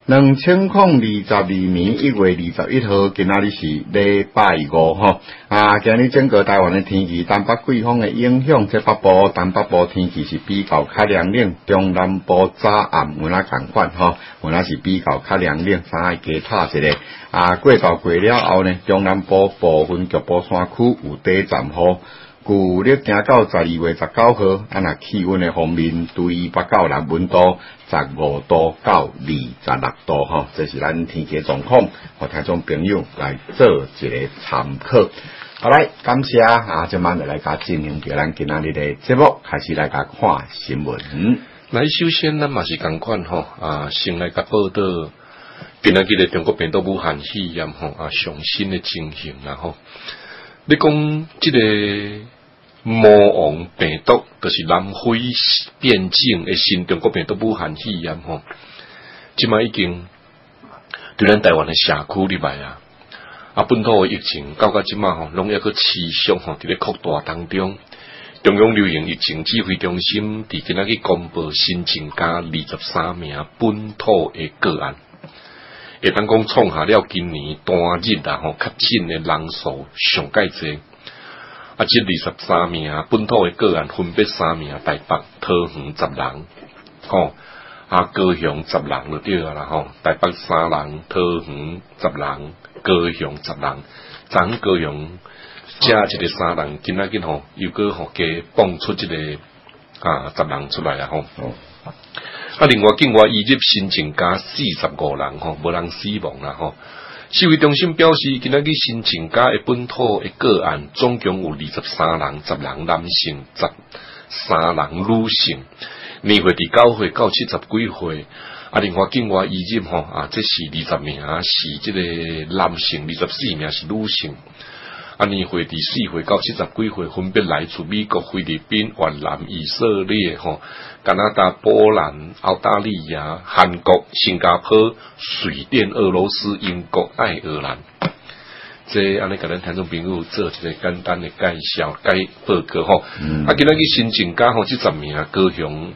2022年1月21號，今仔日是禮拜五吼。今日整個台灣的天氣，東北季風的影響，這北部、東北部天氣是比較較涼冷，中南部早暗有那共款吼，有那是比較較涼冷，稍微加透一下。過到過了後呢，中南部部分局部山區有短暫雨。舊曆行到12月19號，那氣溫的方面，對北到南溫度15度到26度吼，這是咱天氣狀況，和聽眾朋友來做一個參考。好來，感謝今晚就來甲進行着咱今仔日的節目，開始來甲看新聞。 來，首先咱嘛是同款吼，先來甲報道，今仔日的中國病毒武漢肺炎吼，上新的情形啦吼。你講這個魔王病毒就是南非變種的新中國病毒武漢肺炎吼，即擺已經對咱台灣的社區入來本土的疫情到即擺吼，攏抑個持續吼佇咧擴大當中。中央流行疫情指揮中心佇今仔日公布新增加23名本土的個案，會當講創下了今年單日吼確診的人數上介濟。這23名本土的個案分別3名台北、桃園10人，高雄10人就對啦吼，台北3人，桃園10人，高雄10人，昨高雄加一個3人，今仔日吼又個加放出這個10人出來吼。另外境外移入新增加45人吼，無人死亡啦吼。指揮中心表示，今仔日新增加的本土的個案總共有23人，10人男性，13人女性，年歲佇9歲到70幾歲。另外境外移入吼，這是20名是這個男性，24名是女性。年歲佇4歲到70幾歲，分別來自美國、菲律賓、越南、以色列、加拿大、波蘭、澳大利亞、韓國、新加坡、瑞典、俄羅斯、英國、愛爾蘭。這安尼甲咱聽眾朋友做一個簡單的介紹、報告吼。今仔日新增加吼70名高雄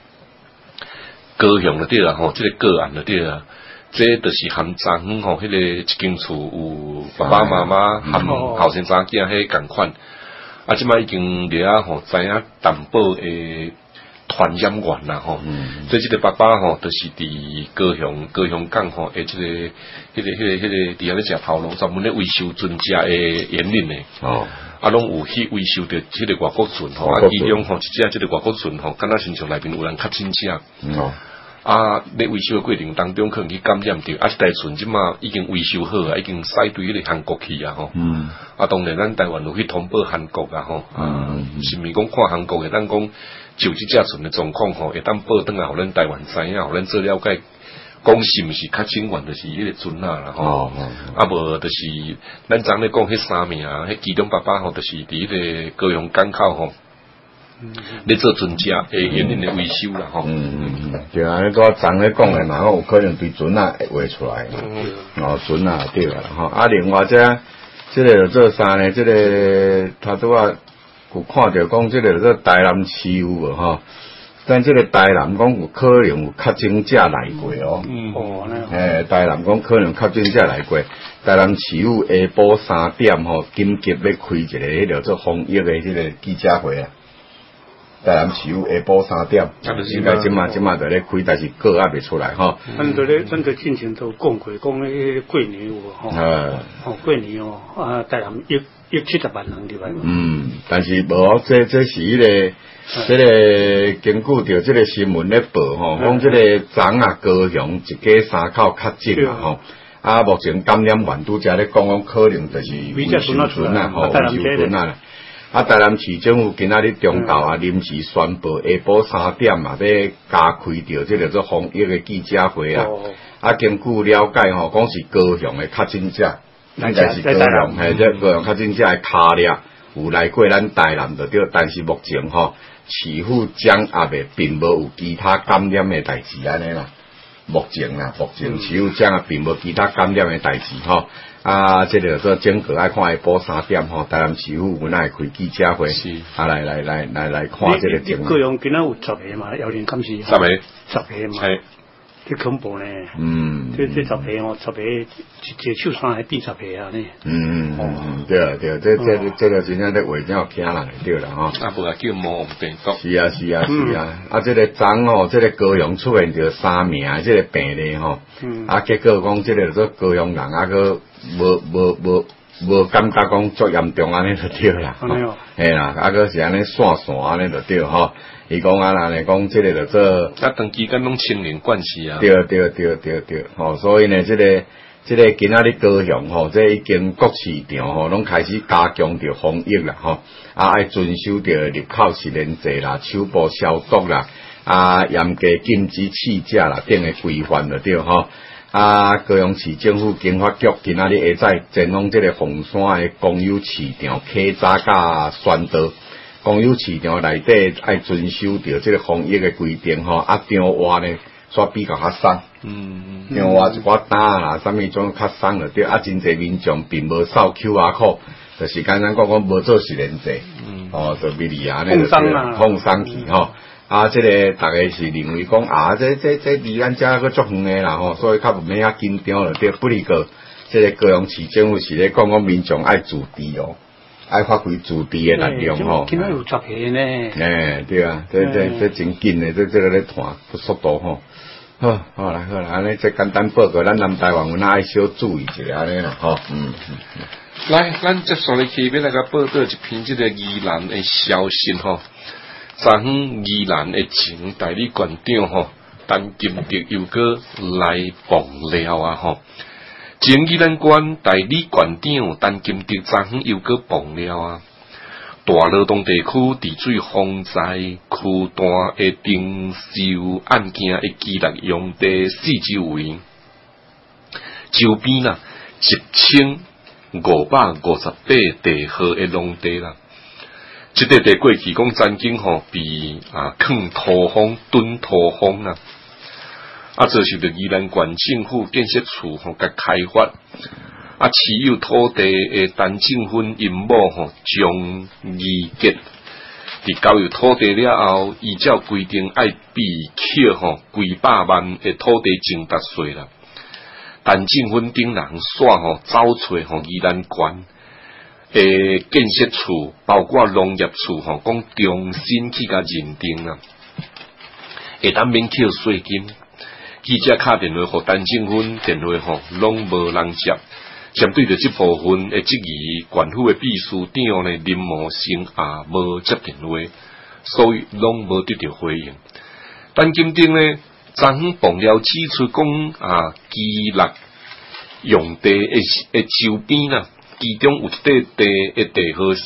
就對啦吼，這個個案就對啦。這就是含昨昏吼，迄個一間厝有爸爸媽媽含後生仔囝迄共款。即擺已經了吼，知影淡薄誒傳染源啦吼。所以這個爸爸吼，就是佇高雄港吼，迄個佇遐咧食頭路，專門咧維修船隻誒演練誒。攏有去維修着迄個外國船吼，其中吼一隻即個外國船吼，敢若親像內面有人較親切。咧維修的過程當中，可能去感染着。這台船即馬已經維修好已經駛對迄個韓國去吼。當然咱台灣有去通報韓國吼。是咪講看韓國會當講就即隻船的狀況吼，會當報轉來，互咱台灣知影，互咱做了解，講是毋是確診源就是迄個船啦吼。無就是咱昨咧講迄3名，迄其中爸爸吼，就是佇迄個高雄港口吼。咧做船隻誒演練誒維修啦吼， 就安尼個昨咧講誒嘛，有可能對船會畫出來，船對啦吼。另外這個做啥呢？這個他拄仔有看着講，這個做台南市有無吼？但這個台南講有可能有確診者來過台南講可能確診者來過，台南市有下晡3點吼，緊急要開一個迄個做防疫誒迄個記者會啊。台南市有下晡3點，應該即馬在咧開，但是個還未出來吼。 咱在進前都講過，講迄過年有無吼？過年台南約70萬人入來嘛。 但是無，這是迄個，這個根據着這個新聞咧報吼，講這個昨高雄一家3口確診嘛吼。目前感染源拄則咧講可能就是維修船吼，維修船台南市政府今仔日中晝臨時宣布下晡3點要加開着這個做防疫的記者會根據了解吼，講是高雄的確診者，應該是高雄，這高雄確診者的腳粒有來過咱台南就對，但是目前市府掌握的並無有其他感染的代志安尼啦。目前市府掌握並無其他感染的代志吼。這個說整個愛看下晡3點吼，台南市府有哪會開記者會，來看這個情況。 高雄今仔有10個嘛，謠言監視。 10個嘛。 这恐怖呢。这10倍哦，10倍一手山还比10倍啊呢。 对啊，这个真正在话真有惊人对啦吼。 啊，无啊叫毛病毒。 是啊。这个昨哦，这个高雄出现着3名这个病例吼。结果讲这个做高雄人啊个无感觉讲足严重安尼就对啦。嘿啦，个是安尼散安尼就对吼。伊讲啊，那呢讲这个就做， 长期间拢清零关系啊。 对，吼，所以呢，这个今仔日高雄吼，这已经各市场吼，拢开始加强着防疫啦，吼，爱遵守着入口实联制啦，手部消毒啦，严格禁止试食啦，等的规范就对吼。高雄市政府经发局今仔日下早前往这个凤山的公有市场稽查甲宣导。公有市场内底爱遵守着这个防疫的规定吼，场外呢煞比较较松，场外一寡单啦，啥物种较松了对，真侪民众并无扫 QR code， 就是简单讲无做实联制，就比如安尼放松去吼，这个大家是认为讲这离咱遮个足远的啦吼，所以较无免遐紧张了对，不离个这个高雄市政府是咧讲民众爱自治哦。爱发挥自治的力量吼， 今仔有10倍呢。 对啊，这真紧的，这个咧传速度吼。好啦，安尼这简单报告，咱南台湾有哪爱小注意一下安尼啦吼。 来，咱接下来去要来个报道一篇这个宜兰的消息吼。昨昏宜兰的前代理馆长吼，陈金德又个来爆料啊吼。前宜兰县代理馆长陈金德昨昏又个爆料啊，大罗东地区地水洪灾区段的征收案件的记录用地四周围周边啦1558地号的农地啦，这个地过去讲曾经吼被坑土荒蹲土荒啦。这是着宜兰县政府建设处甲开发，持有土地的陈正芬因某将移结，伫交有土地了后，依照规定爱被扣几百万的土地征达税啦。陈正芬等人煞走找宜兰县的建设处，包括农业处讲重新去甲认定啦，会当免扣税金。记者打电话给陈正芬，电话拢无人接。针对着这部分的质疑，县府的秘书长呢林茂生也无接电话，所以拢无得到回应。陈金德呢，昨昏爆料指出讲基立用地的周边啦，其中有一块地的地号是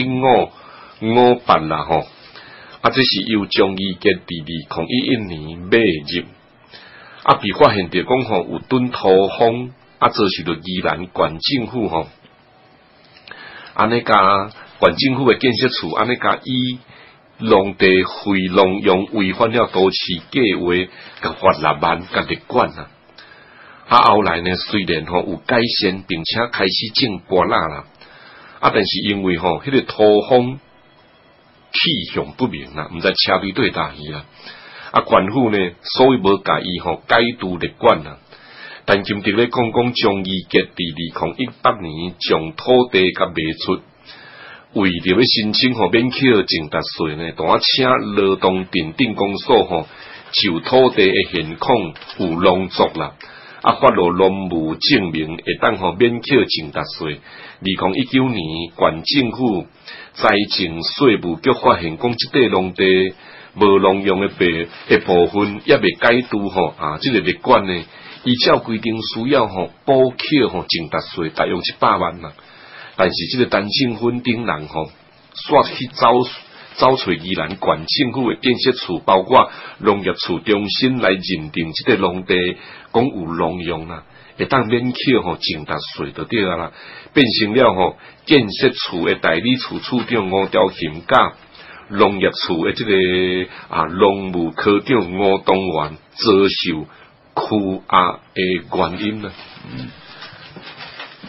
1558啦吼，这是由将伊给2011年买入。被发现着讲有蹲土荒，这是着宜兰县政府安尼甲县政府的建设处安尼甲以农地废农用违反了都市计划，甲罚6万甲立管啊。后来呢，虽然有改善，并且开始种菠萝啦，但是因为迄个土荒气象不明啦，毋知车队对打去啦。县府呢，所以无甲伊改拄立管啦。陈金德咧讲将伊结伫2018年将土地甲卖出，为着要申请免扣征达税呢，当请劳动认定公所就土地的现况有农作啦，发落农务证明会当免扣征达税。2019年县政府财政税务局发现讲即块农地无农用的部分也未解除这个立管呢，依照规定需要补扣征达税大约700万啦。但是这个陈正芬等人煞去找找宜兰县政府的建设处，包括农业处中心来认定这个农地讲有农用啦，会当免扣征达税就对啦，变成了建设处的代理处处长吴兆贤甲农业处的这个农务科长吴东元遭受拘押的原因啦。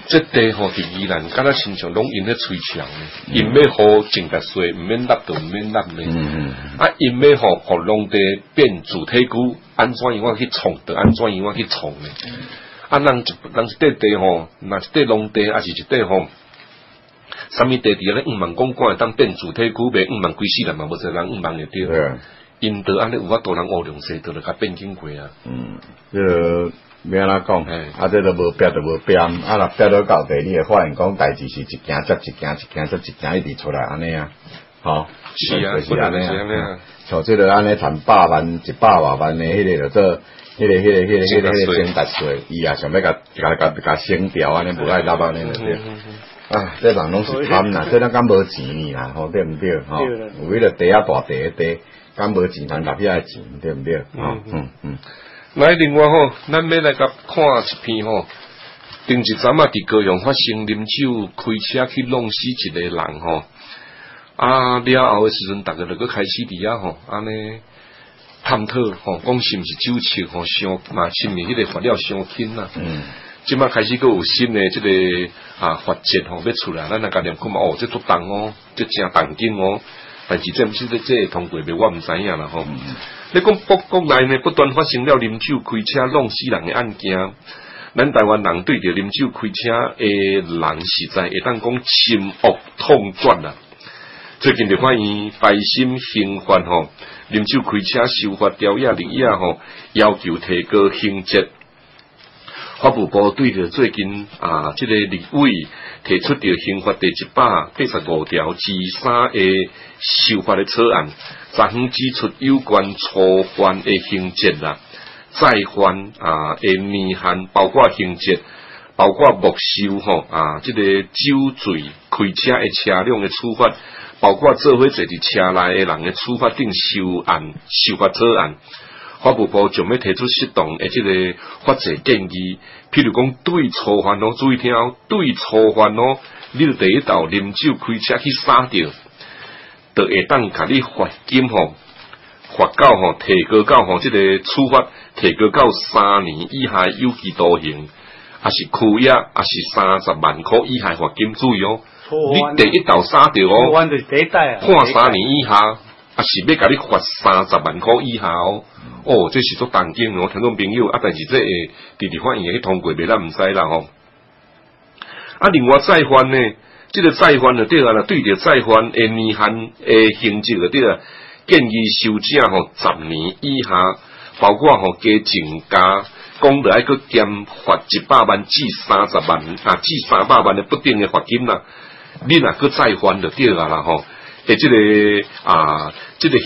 这地吼伫宜兰，敢若亲像拢因咧吹墙咧，因要好种植水，毋免落就毋免落咧。啊，因要吼互农地变主体区，安怎样去创，就安怎样去创咧。啊，人一块地吼，若一块农地，还是一块吼，啥物地伫咧5万公馆会当变主体区，卖5万几世人嘛，无侪人5万个对。因得安尼有法度人乌量势，就甲变经过啊。 要安怎讲？啊，这都无逼就无变，啊，若逼到到地，你会发现讲代志是一件接一件，一件接一件一直出来安尼啊，吼， 是啊， 就是安尼啊。像这个安尼赚100万、100多万的，迄个就做，迄个升值税，伊也想要甲升调安尼，无爱落安尼就对。啊，这人拢是贪啦，这咱敢无钱呢啦，吼，对毋对？吼，有迄个地啊大地地，敢无钱通拿遐个钱，对毋对？ 来，另外吼，咱要来甲看一篇吼，顶一阵啊，伫高雄发生啉酒开车去弄死一个人吼，啊了后的时阵，逐个就搁开始伫遐吼，安尼探讨吼，讲是毋是酒测吼伤嘛，是毋是迄个发了伤轻啦？即摆开始搁有新的即个法则吼要出来，咱来甲念看嘛，这足重哦，这真重紧哦。但是这毋是这通过未，我毋知影啦吼。你讲国内呢不断发生了啉酒开车弄死人的案件，咱台湾人对着啉酒开车的人实在会当讲心恶痛绝啦。最近就看伊白心刑法吼，啉酒开车修法条约立约吼，要求提高刑责。法务部对着最近这个立委提出着刑法第185条之3的修法的草案，昨昏指出有关初犯的刑责啦，再犯的年限，包括刑责，包括没收这个酒醉开车的车辆的处罚，包括做伙坐伫车内的人的处罚等修法草案。法务部将要提出适当的这个法制建议，譬如讲对初犯哦，注意听哦，对初犯哦，你就第一道啉酒开车去杀掉，就会当甲你罚金吼，罚到吼提高到吼这个处罚提高到3年以下有期徒刑，还是拘役，还是30万块以下罚金。注意哦，你第一道杀掉哦，判3年以下。啊，是要甲你罚30万块以下哦，这是足重金哦，听众朋友啊，但是这直法院会去通过未，咱毋知啦吼。啊，另外再犯呢，这个再犯就对啊啦，对着再犯的年限的刑责就对啊，建议修正吼10年以下，包括吼加增加，讲着爱搁减罚100万至30万至300万的不定的罚金啦，你若搁再犯就对啊啦吼。这个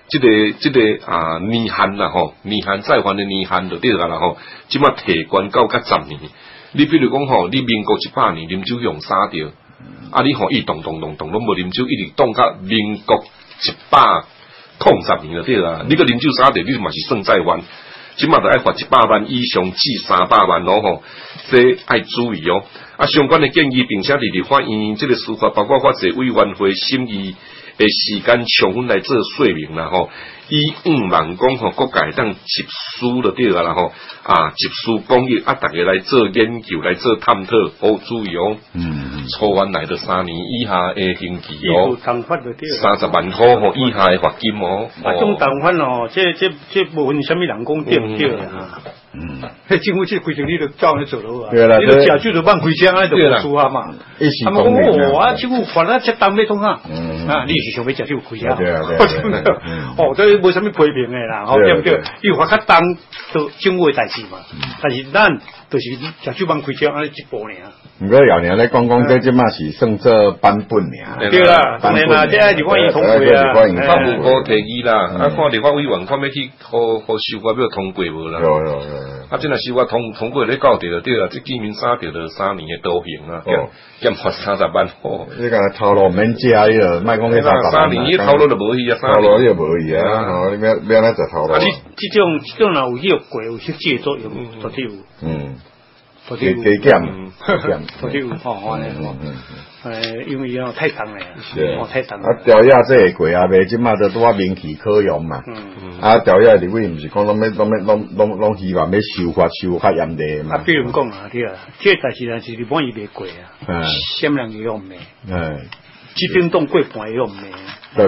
年限啦吼，年限再犯的年限就对啦吼，即马提悬到10年。你比如讲吼，你民国100年啉酒用杀掉，你吼伊动拢无啉酒，一直动到民国110年就对啦。你个啉酒杀掉，你嘛是算再犯，即马就爱罚100万以上至300万咯吼，这爱注意哦。相关的建议，并且立法院这个司法包括法制委员会审议的时间充分来做说明啦吼。以5万讲吼，各界当集思就对啦吼，集思广益大家来做研究，来做探讨，好注意哦。初犯来到3年以下的刑期哦，30万块吼以下的罚金哦。 种重犯哦，这无论什么人讲对唔对啊？政府这规定你就照你做咯啊！对啦，你就吃酒就放开车，安尼就无处啊嘛。他们讲政府罚咱这当咩通啊？你是想要吃酒开车？对啊，这无什么批评的啦，对不对？因为罚较重，都政府的代志嘛。但是咱就是吃酒放开车，安尼一步尔。 毋过姚娘咧讲这即马是算做版本尔。 对啦，当然啦，这立法院通过啊， 法务部提议啦，看立法委员看要去好修法要通过无啦。这若是我通过咧告掉对啦，这记名杀掉就3年的徒刑啊，减罚30万。 你讲头路免加伊个，莫讲迄30万。3 年，头路就无去啊， 头路就无去啊，你要安怎做头路？ 你这种若有迄个过有实际作用，绝对有。 给减， 土地有吼，因为要太重了，太重了。 啊，调压这个贵啊，卖即马都拄啊名气可用嘛。啊，调压里位毋是讲拢希望要修法修较严厉嘛。 啊，比如讲啊，对啊，这代志是日本伊卖贵啊，什么人也用卖。即顶冻过半也用卖。对。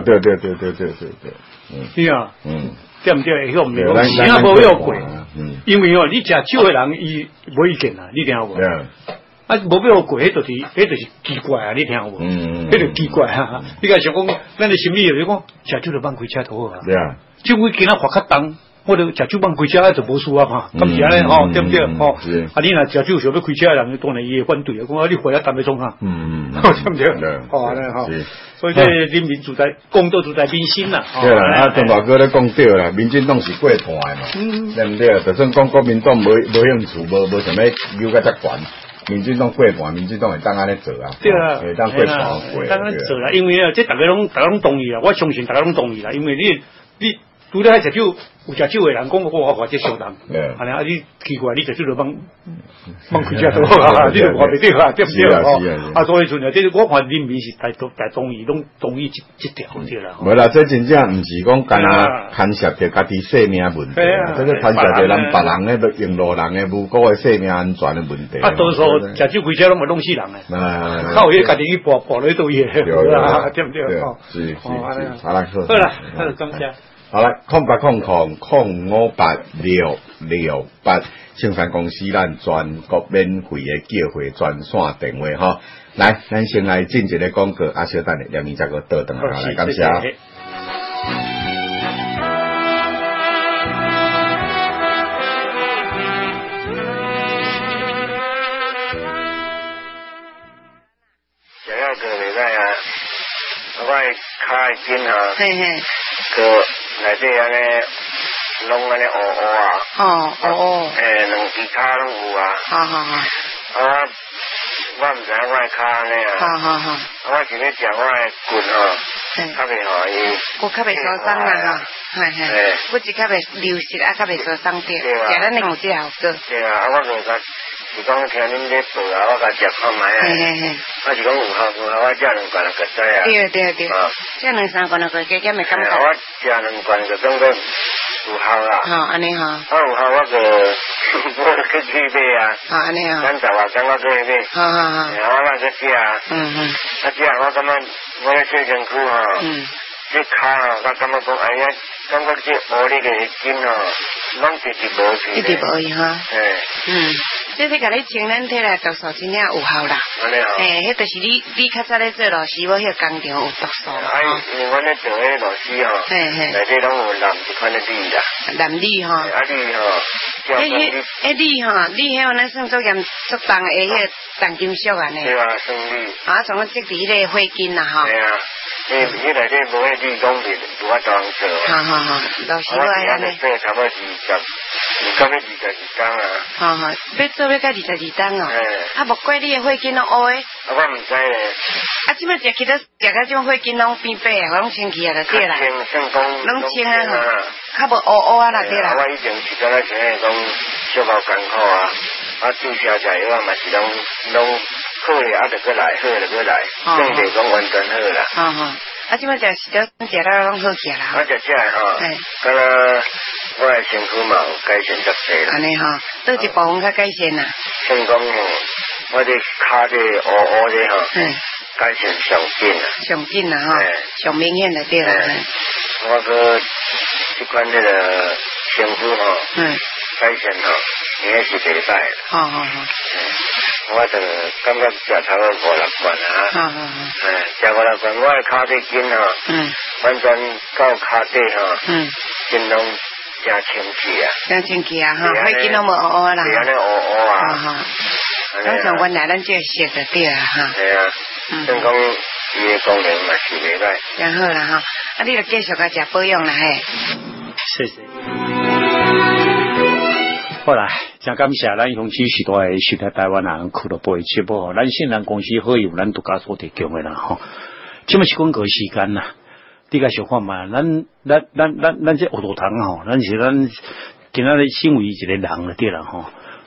对啊。对唔对？会用卖，钱啊无要贵。因为哦，你食酒的人伊无意见啊，你听有无？啊，无要贵，迄就是奇怪啊，你听有无？迄就奇怪啊！你讲想讲，咱的心理就是讲，食酒就放开车头啊。对啊。酒会今仔发较重，我就食酒放开车就无事啊嘛。咁是安尼吼，对不对？吼。啊，你若食酒想要开车的人，当然伊会反对啊，讲啊，你回来担袂中啊。对不对？好安尼吼。所以这人民主宰，公道主宰民心啦。 对啦，啊，郑大哥咧讲对啦，民进党是过团的嘛，对不对？就算讲国民党无兴趣，无想要扭个遮悬，民进党过团，民进党会当安尼做啊。对啊，会当过团过。 当安尼做啦，因为啊，这大家拢同意啦，我相信大家拢同意啦，因为你拄咧食酒，有食酒的人讲我这相当，安尼啊你奇怪，你食酒就放开车多啊，你就话袂对啊，对不对？啊，所以阵啊，这我看人民是大同意，拢同意这条对啦。 无啦，这真正毋是讲干那牵涉着家己性命问题，这个牵涉着咱别人的用路人的无辜的性命安全的问题。 啊，多数食酒开车拢会弄死人诶，靠迄家己去搏落都嘢，对不对？ 是，好啦， 好啦，感谢。 好来，0800-058-668，庆山公司咱全国免费的叫货专线电话哈。来，咱先来进一个广告，啊，小等下2年再个倒转来，感谢。 想要个礼拜啊，我开筋啊，个。内底安尼，拢安尼乌啊。两只骹拢有啊。我毋知影我骹安尼啊。我是要食我的骨较袂好伊。 骨较袂受伤啦骨质较袂流失啊，较袂受伤着。食咱的有这效果。 对啊，我就甲是讲听恁咧报啊，我甲食看卖啊。我是讲有效无效，我食2罐就个知啊。 对，这2-3罐就个加减的感觉。 我食2罐就感觉有效啦。 安尼有效我就去买啊。 安尼咱10外天我去买。然后我去食啊。食我感觉我咧洗身躯这骹我感觉讲哎呀，感觉这乌力的筋拢一直无去。 一直无去哈。这甲你清咱体内毒素真正有效啦。迄就是你较早咧做老师，我迄个工厂有毒素啦。 因为阮咧做迄老师内底拢有含一款的锂啦。 含锂吼。 锂锂迄咱算作严重的迄个重金属啊呢。 对啊，算锂。 从我积伫迄个血筋啦吼。 系啊。你内底无迄锂讲是有法当做。 老师我安尼。 做差不多到要22天啊。 要做要到22天哦。啊，无怪你的血筋拢乌的。 我毋知咧。 啊，即摆食起到这种血筋拢变白啊，拢清气啊，就对啦。拢清啊吼，较无乌啊啦，对啦。 我以前是敢若像迄讲小可艰苦啊，注射食药啊嘛是拢好诶，就过来，好就过来，并袂讲完全好啦。 即摆食了拢好起啦。 我食敢若我诶身躯嘛有改善足济啦。 安尼倒一部分较改善啦。 像讲我这骹这乌这改善上紧啦。 上紧啦上明显的对啦。 我个这款那个身躯改善应该是袂歹啦。我就感觉食差不多5-6罐啊。食5-6罐，我的骹底筋完全到骹底筋拢真清气啊。 真清气啊血筋拢无乌啦。 是安尼乌啊。 咱像原来咱这食就对啦系啊。像讲伊的功能嘛是袂歹。 真好啦你就继续甲食保养啦嘿。 谢谢。好啦，真感谢咱雄起时代收听台湾人俱乐部的节目，咱信任公司好用咱独家所提供的啦这么是广告时间啦，你甲想看嘛？咱这学堂咱是咱今仔日身为一个人了对啦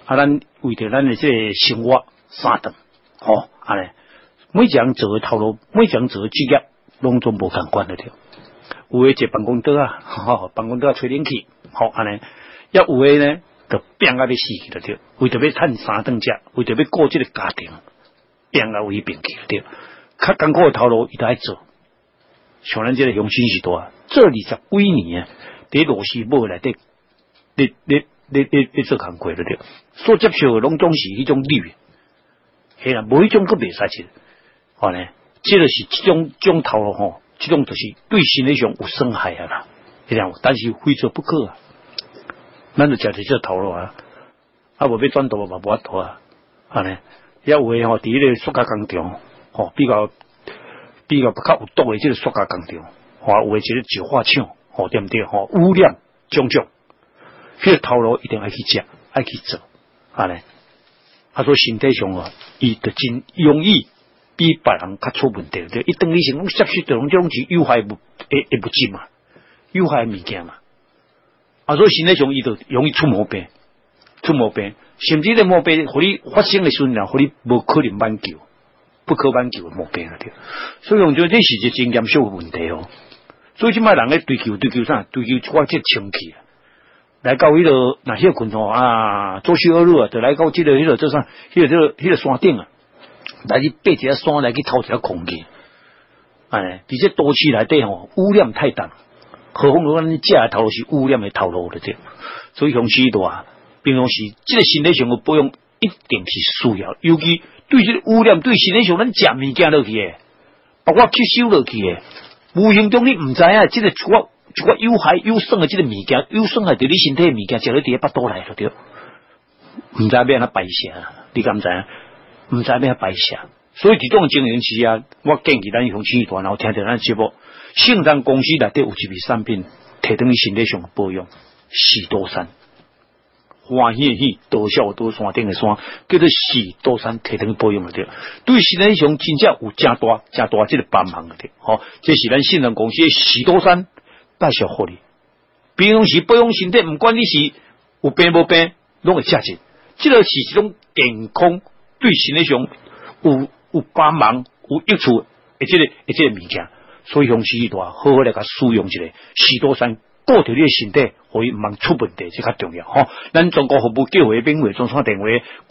咱为着咱的这个生活3顿，安尼，每一人做的头路，每一人做的职业，拢总无相关的对。有诶坐办公桌啊，办公桌吹冷气，安尼，也有诶呢，就拼啊要死去了对，为着要趁3顿食，为着要顾这个家庭，拼啊为拼去了对。较艰苦的头路，伊都爱做。像咱这个乡亲时代，做20几年啊，伫螺丝帽内底，你做工课了对。所接受的拢总是迄种绿，嘿啦，无迄种佫袂使吃，呢，这就是这种头路吼，这种就是对身体上有伤害啊啦，这样，但是非做不可啊。咱就食着这头路啊，无要转动嘛，无法度啊，呢，也有诶吼，伫迄个塑胶工厂。比较较有毒的这个塑胶工厂，有的这个石化厂，对不对？污染种种，这个头路一定要去食，爱去做，安尼。所以身体上伊就真容易比别人较出问题，对。伊当以前拢摄取到拢这种是有害物质嘛，有害物件嘛。所以身体上伊就容易出毛病，甚至咧毛病，互你发生的时阵，互你无可能挽救。不可挽救的毛病了对，所以我觉得这是一个真严肃的问题哦。所以即摆人咧追求啥？追求一寡这清气啊，来到迄个哪些群周休2日啊，就来到这个迄个做啥？迄个山顶啊，来去爬一下山，来去透一下空气。而且都市内底污染太重，何况咱食的头路是污染的头路了对。所以乡亲大，平常时这个身体上的保养一定是需要，尤其。对这个污染，对身体上咱食物件落去诶，包括吸收落去诶，无形中你唔知啊，这个一寡有害有损的这个物件，有损害对你身体的物件，食落伫巴肚内了对，唔知要安怎排泄，你敢知啊？唔知要安怎排泄，所以这种情形之下，我建议咱乡亲大，然后听到咱节目，圣山公司内底有一味产品，提供你身体上的保养，喜多山。欢喜多少多山顶的山，叫做喜多山提灯保养了对，对身体上真正有真大这个帮忙了对，这是咱信任公司的喜多山介绍互你。平常时保养身体，不管你是有病无病，拢会食进，这个是一种健康，对身体上有帮忙、有益处的这个物件，所以乡亲大好好来甲使用一个喜多山。顾着你的身体，可以唔通出问题，这较重要咱中国服务叫回兵卫中山电话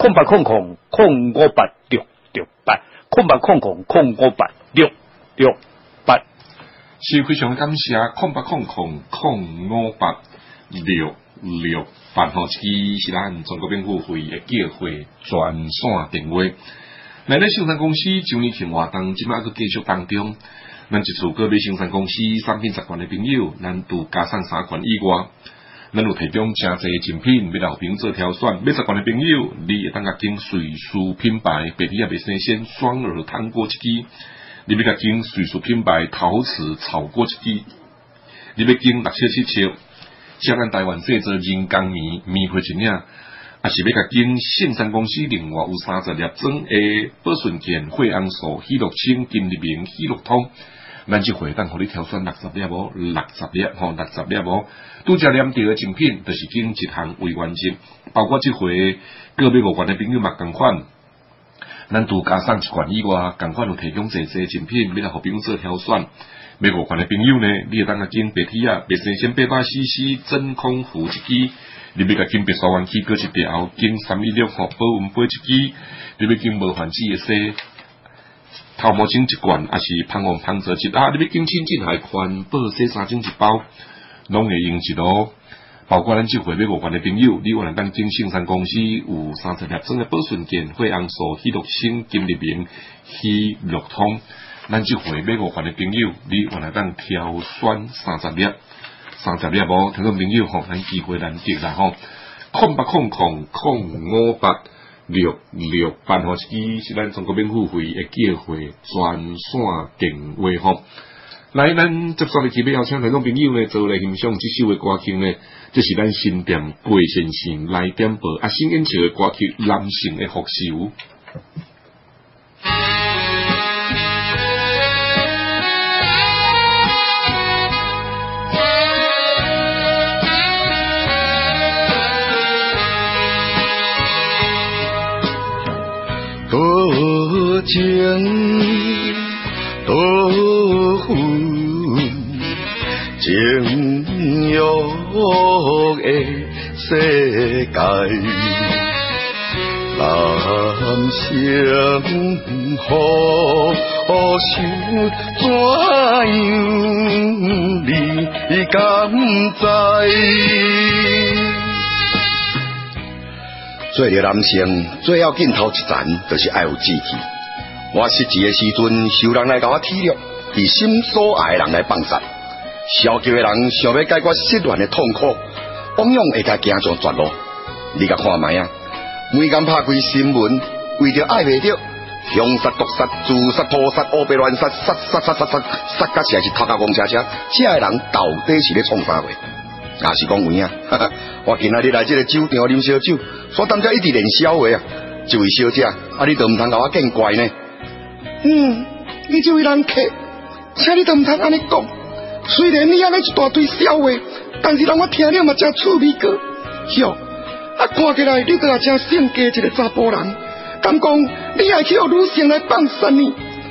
0800-058-668，0800-058-668。 是非常感谢0800-058-668这支是咱中国兵会的叫会专线电话。来咧生产公司周年庆活动，即摆佮继续当中。咱一次个别生产公司产品习惯的朋友，咱除加上3款以外，咱有提供真侪精品，要互朋友做挑选。买习惯的朋友，你会当甲经瑞士品牌白皮亚白生鲜双耳汤锅一支，你要甲经瑞士品牌陶瓷炒锅一支，你要经677像咱台湾制作人工棉被一领，也是要甲经圣山公司另外有30粒装的保顺健惠昂素喜乐清金立明喜乐通。咱这回当互你挑选60粒无，60粒无，拄则念到的精品，就是经一项为完成，包括这回个别5罐的朋友嘛同款，咱拄加上1罐以外，同款有提供侪精品，要互朋友做挑选。买5罐的朋友呢，你会当甲经白体啊，白生鲜800cc真空壶一支，你要甲经白沙湾起搁一条，经316保温杯一支，你要经无环子的洗。头毛巾1罐，也是芳王芳泽一你要经清净海环保洗3种1包，拢会用一路。包括咱这回买5罐的朋友，你有能当经圣山公司有30粒装的保顺健惠昂素喜乐清金立明喜乐通。咱这回买5罐的朋友，你有能当挑选30粒无？听众朋友咱机会难得啦0800-058-668这支是咱中国免付费的叫会专线电话来，咱接下来要邀请听众朋友呢，做来欣赏这首的歌曲呢，这是咱新店郭先生来点播新演唱的歌曲《男性的复仇》。 多情多恨，情欲的世界，男性何想怎样？你敢知？做着男性最要紧头一层，就是爱有志气。我失志的时阵，受人来甲我体谅，被心所爱的人来放杀。消极的人想要解决失恋的痛苦，往往会甲行上绝路。你甲看覓啊，每天拍开新闻，为着爱袂着，凶杀、毒杀、自杀、屠杀、乌白乱杀，杀甲实是头壳公车车。这个人到底是咧创啥话？也是讲有影，我今仔日来这个酒店啉烧酒，所当家一直练笑话啊！这位小姐，你都唔通甲我见怪呢？你这位人客，请你都唔通安尼讲。虽然你安尼一大堆笑话，但是让我听了嘛真趣味个。哟，看起来你都也真性格一个查甫人，敢讲你还去互女性来放杀呢？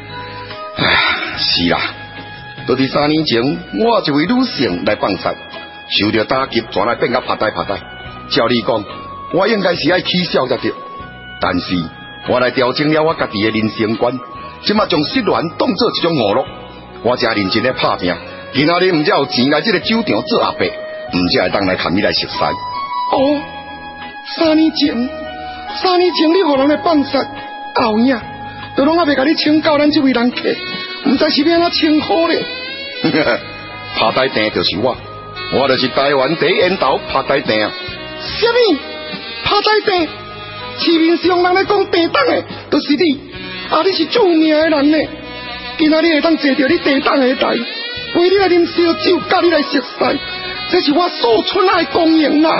是啦，都伫3年前，我一位女性来放杀。受到打击，转来变甲拍呆。照你讲，我应该是爱起笑才对。但是我来调整了我家己的人生观，即马将失恋当作一种娱乐。我真认真咧拍拼，今仔日唔只有钱来这个酒店做阿伯，唔只会当来看你来熟悉。哦，3年前你互人来放杀，后影都拢还未甲你请教咱这位人客，唔知是要安怎称呼咧？拍呆定就是我就是台湾第一烟头拍呆定啊！什么拍呆定？市面上人咧讲地当的，就是你，你是著名的人呢。今仔日会当坐到你地当的台，为你来啉烧酒，甲你来熟悉，这是我所存爱光荣啦。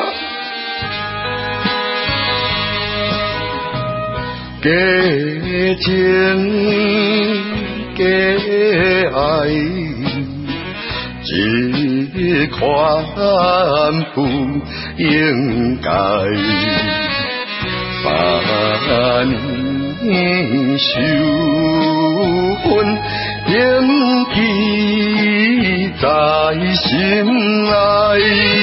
假情假爱。只款不应该3年受恨，铭记在心内。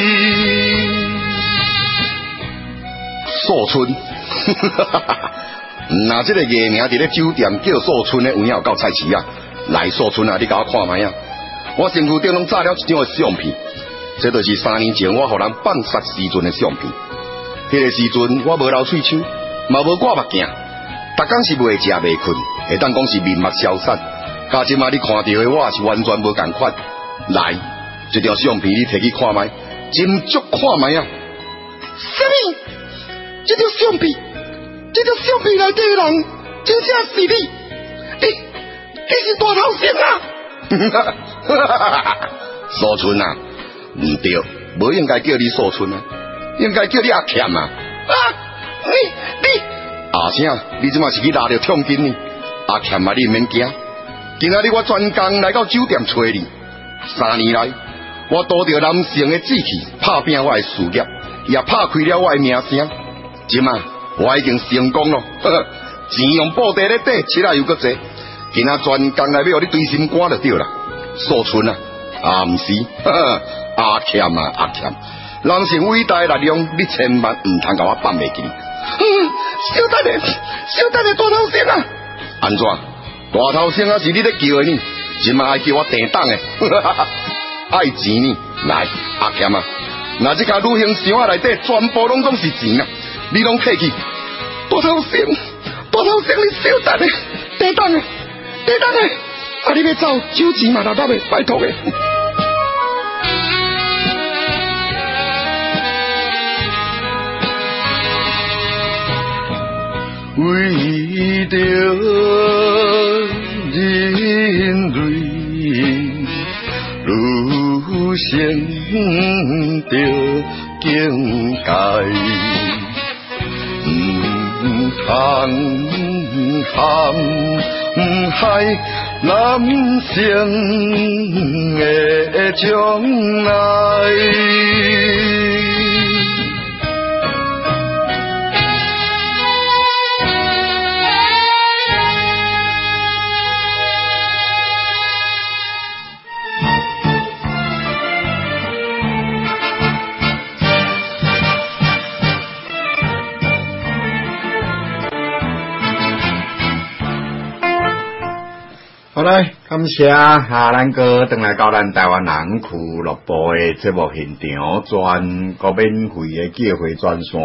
素春，那这个艺名伫咧酒店叫素春的，有影有够菜市啊！来素春啊，你甲我看覓啊！我身躯顶拢炸了一张的相片，这就是3年前我互人放杀时阵的相片。迄个时阵我无流喙鬚，嘛无挂目镜，逐工是袂食袂困，会当讲是面目消散。加即马你看到的我是完全无共款。来，这张相片你摕去看覓，斟酌看覓啊！什么？这张相片内底的人，真正是你？你是大头先啊！素春啊，唔对，无应该叫你素春啊，应该叫你阿欠啊！你阿啥？你即马是去拿着痛金呢？阿欠啊，你唔免惊。今仔日我专工来到酒店找你，3年来，我多着男性的志气，拍拼我的事业，也拍开了我的名声。即马我已经成功了，钱用布袋咧底，吃啊又搁济。今仔专工来要互你堆心肝就对啦，素春啊，唔是，阿欠啊阿欠，人性伟大的力量，你千万唔通甲我放袂记。小等下大头先啊！安怎？大头先啊是你咧叫的呢？今仔爱叫我订档的，爱钱呢？来，阿欠啊，那这家旅行箱内底全部拢总是钱啊，你拢摕去。大头先，你小等下，订档的。你要走，酒钱嘛，拿得的，拜托的。为着人类，女性着境界，通陷害男性的将来。 好嘞，感谢咱哥回来到咱台湾人俱乐部的节目现场，全国免费的机会专线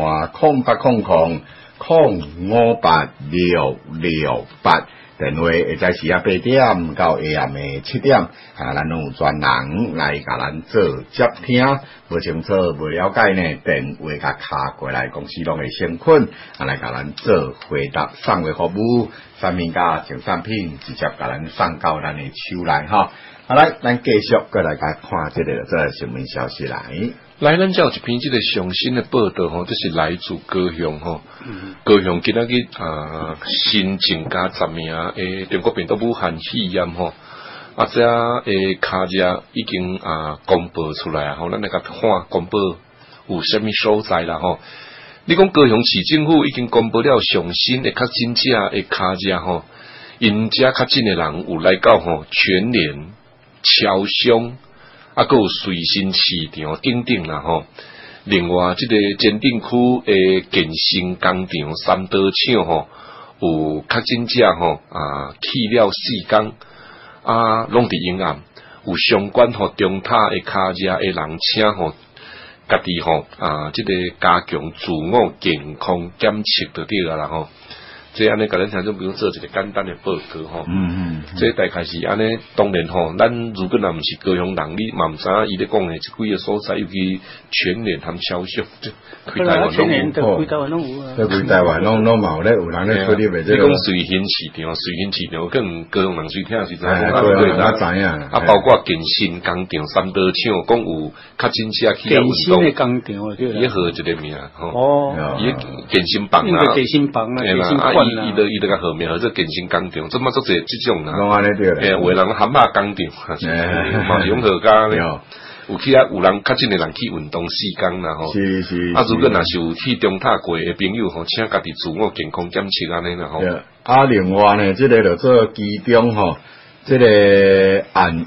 0800-058-668。电话会在时8點到下暗的7點，咱有專人來甲咱做接聽，無清楚、無了解呢，電話甲卡過來，公司攏會先困，來甲咱做回答送貨服務，產品甲精產品直接甲咱送到咱的手內哈。好來，咱繼續過來甲看這個新聞消息來。 來，咱才有一篇這個上新的報道吼，這是來自高雄吼。高雄今仔日新增加10名誒中國病毒武漢肺炎吼，這誒卡者已經公布出來啊吼，咱來甲看公布有啥物所在啦吼。你講高雄市政府已經公布了上新誒確診者誒卡者吼，因遮確診誒人有來到吼全聯、超商。還有隨身市場等等啦吼，另外這個前鎮區誒健身工廠三德廠吼，有確診者吼去了4天，攏佇陰暗，有相關吼中塔誒卡者誒人請吼，家己吼這個加強自我健康檢測就對啦吼。即安尼，甲咱聽眾朋友做一個簡單的報告吼。即大概是安尼，當然吼，咱如果若毋是高雄人，你嘛毋知影伊咧講誒即幾個所在，尤其全聯和超商，開台灣攏有。 開台灣攏嘛有咧，有人咧出入誒。 你講隨行市場，更高雄人隨聽是知影。包括健身工廠三德廠，講有較真正去了運動。 健身誒工廠伊號一個名吼。伊健身房啊。 健身房啊，健身館。伊就甲號名，或者健身工廠，做乜做這種啦？ 攏安尼對啦。 有人蛤蟆工廠，嘛是用號家咧。有去有人較真誒人去運動4天啦吼。是。如果若是有去中塔過誒朋友吼，請家己自我健康檢測安尼啦吼。 另外呢，這個就做其中吼，這個按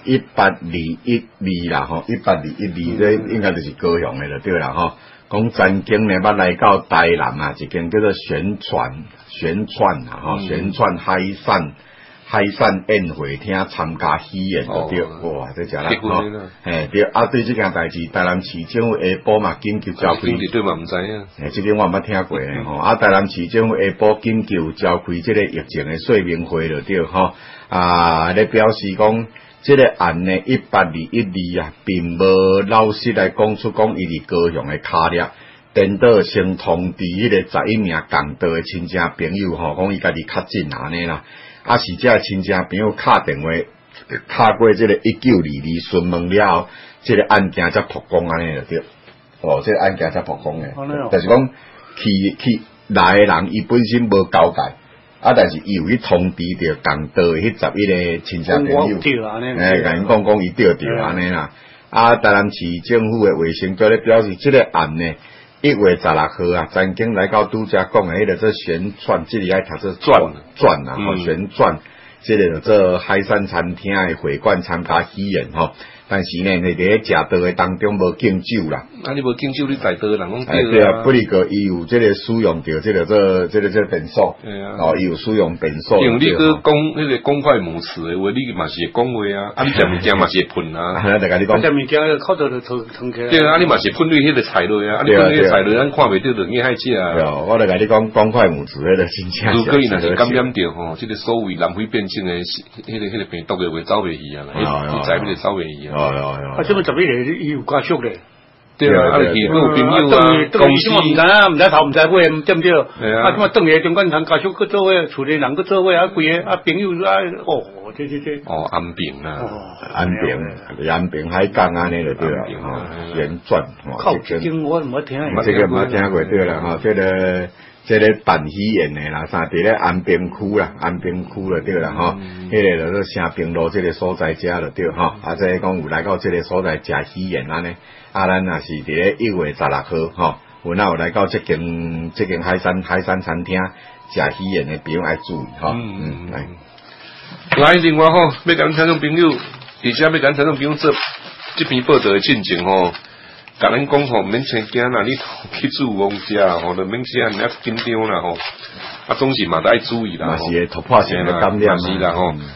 18212啦吼，18212這應該就是高雄誒就對啦吼。講曾經呢，捌來到台南啊，一間叫做旋轉啊，吼，旋轉海產宴會廳參加喜宴就對，哇，這真啦，吼，對，對這件代志，台南市政府下晡嘛緊急召開， 對嘛唔知啊， 這個我毋捌聽過咧，吼，台南市政府下晡緊急召開這個疫情的說明會就對，吼，咧表示講。這個案呢18212啊，並無老實來講出講伊佇高雄的卡列，顛倒先通知迄個11名共道的親戚朋友吼，講伊家己確診安尼啦，是這親戚朋友敲電話敲過這個1922詢問了後，這個案件才曝光安尼就對，這個案件才曝光的，就是講去來的人伊本身無交代。但是伊有去通知着共道迄11個親戚朋友，甲因講伊釣安尼啦。台南市政府的衛生局咧表示，這個案呢1月16號啊，曾經來到拄則講的迄個做旋轉，這裡愛讀做轉啊，旋轉，這個就做海產餐廳的會館參加喜宴吼。但是呢，你伫食道的當中無敬酒啦。 你無敬酒，你在道人講對啊，不哩個伊有這個使用着這個這個便所。伊有使用便所。 用你個講那個公筷母匙的話，你嘛是會講話啊。你食物件嘛是會噴啊。 係啊，大家你講。 食物件靠到就吞起來。 對啊，你嘛是噴對迄個菜類啊。你噴迄個菜類，咱看袂到就硬害食啊。 對啊，我來甲你講公筷母匙迄個真正。 如果伊若是感染着吼，這個所謂南非變性的迄個病毒嘅話，走袂去啊啦。你知唔知走袂去啊？ 這麼11個伊有加速咧。 對啊，有朋友啊， 公司毋知啊，毋知頭毋知尾，對毋對？這麼等於中間人加速去做伙，厝裡人去做伙，規個朋友這。 安平啊， 安平海港安尼就對啦，旋轉。 靠近我毋捌聽。 這個毋捌聽過對啦，吼，這個辦喜宴的啦，啥佇咧安平區啦，就對啦，吼，迄個就成平路這個所在遮就對，吼，即係講有來到這個所在食喜宴安尼，咱若是佇咧1月16號，吼，有來到這間海產餐廳食喜宴的朋友愛注意，吼， 來，另外吼，要甲咱聽眾朋友，而且要甲咱聽眾朋友做這篇報道的進程吼。甲咱講吼，免請驚啦，你去煮王食吼，就免請人家緊張啦吼。總是嘛得愛注意啦。 嘛是會突破性的感染是啦吼。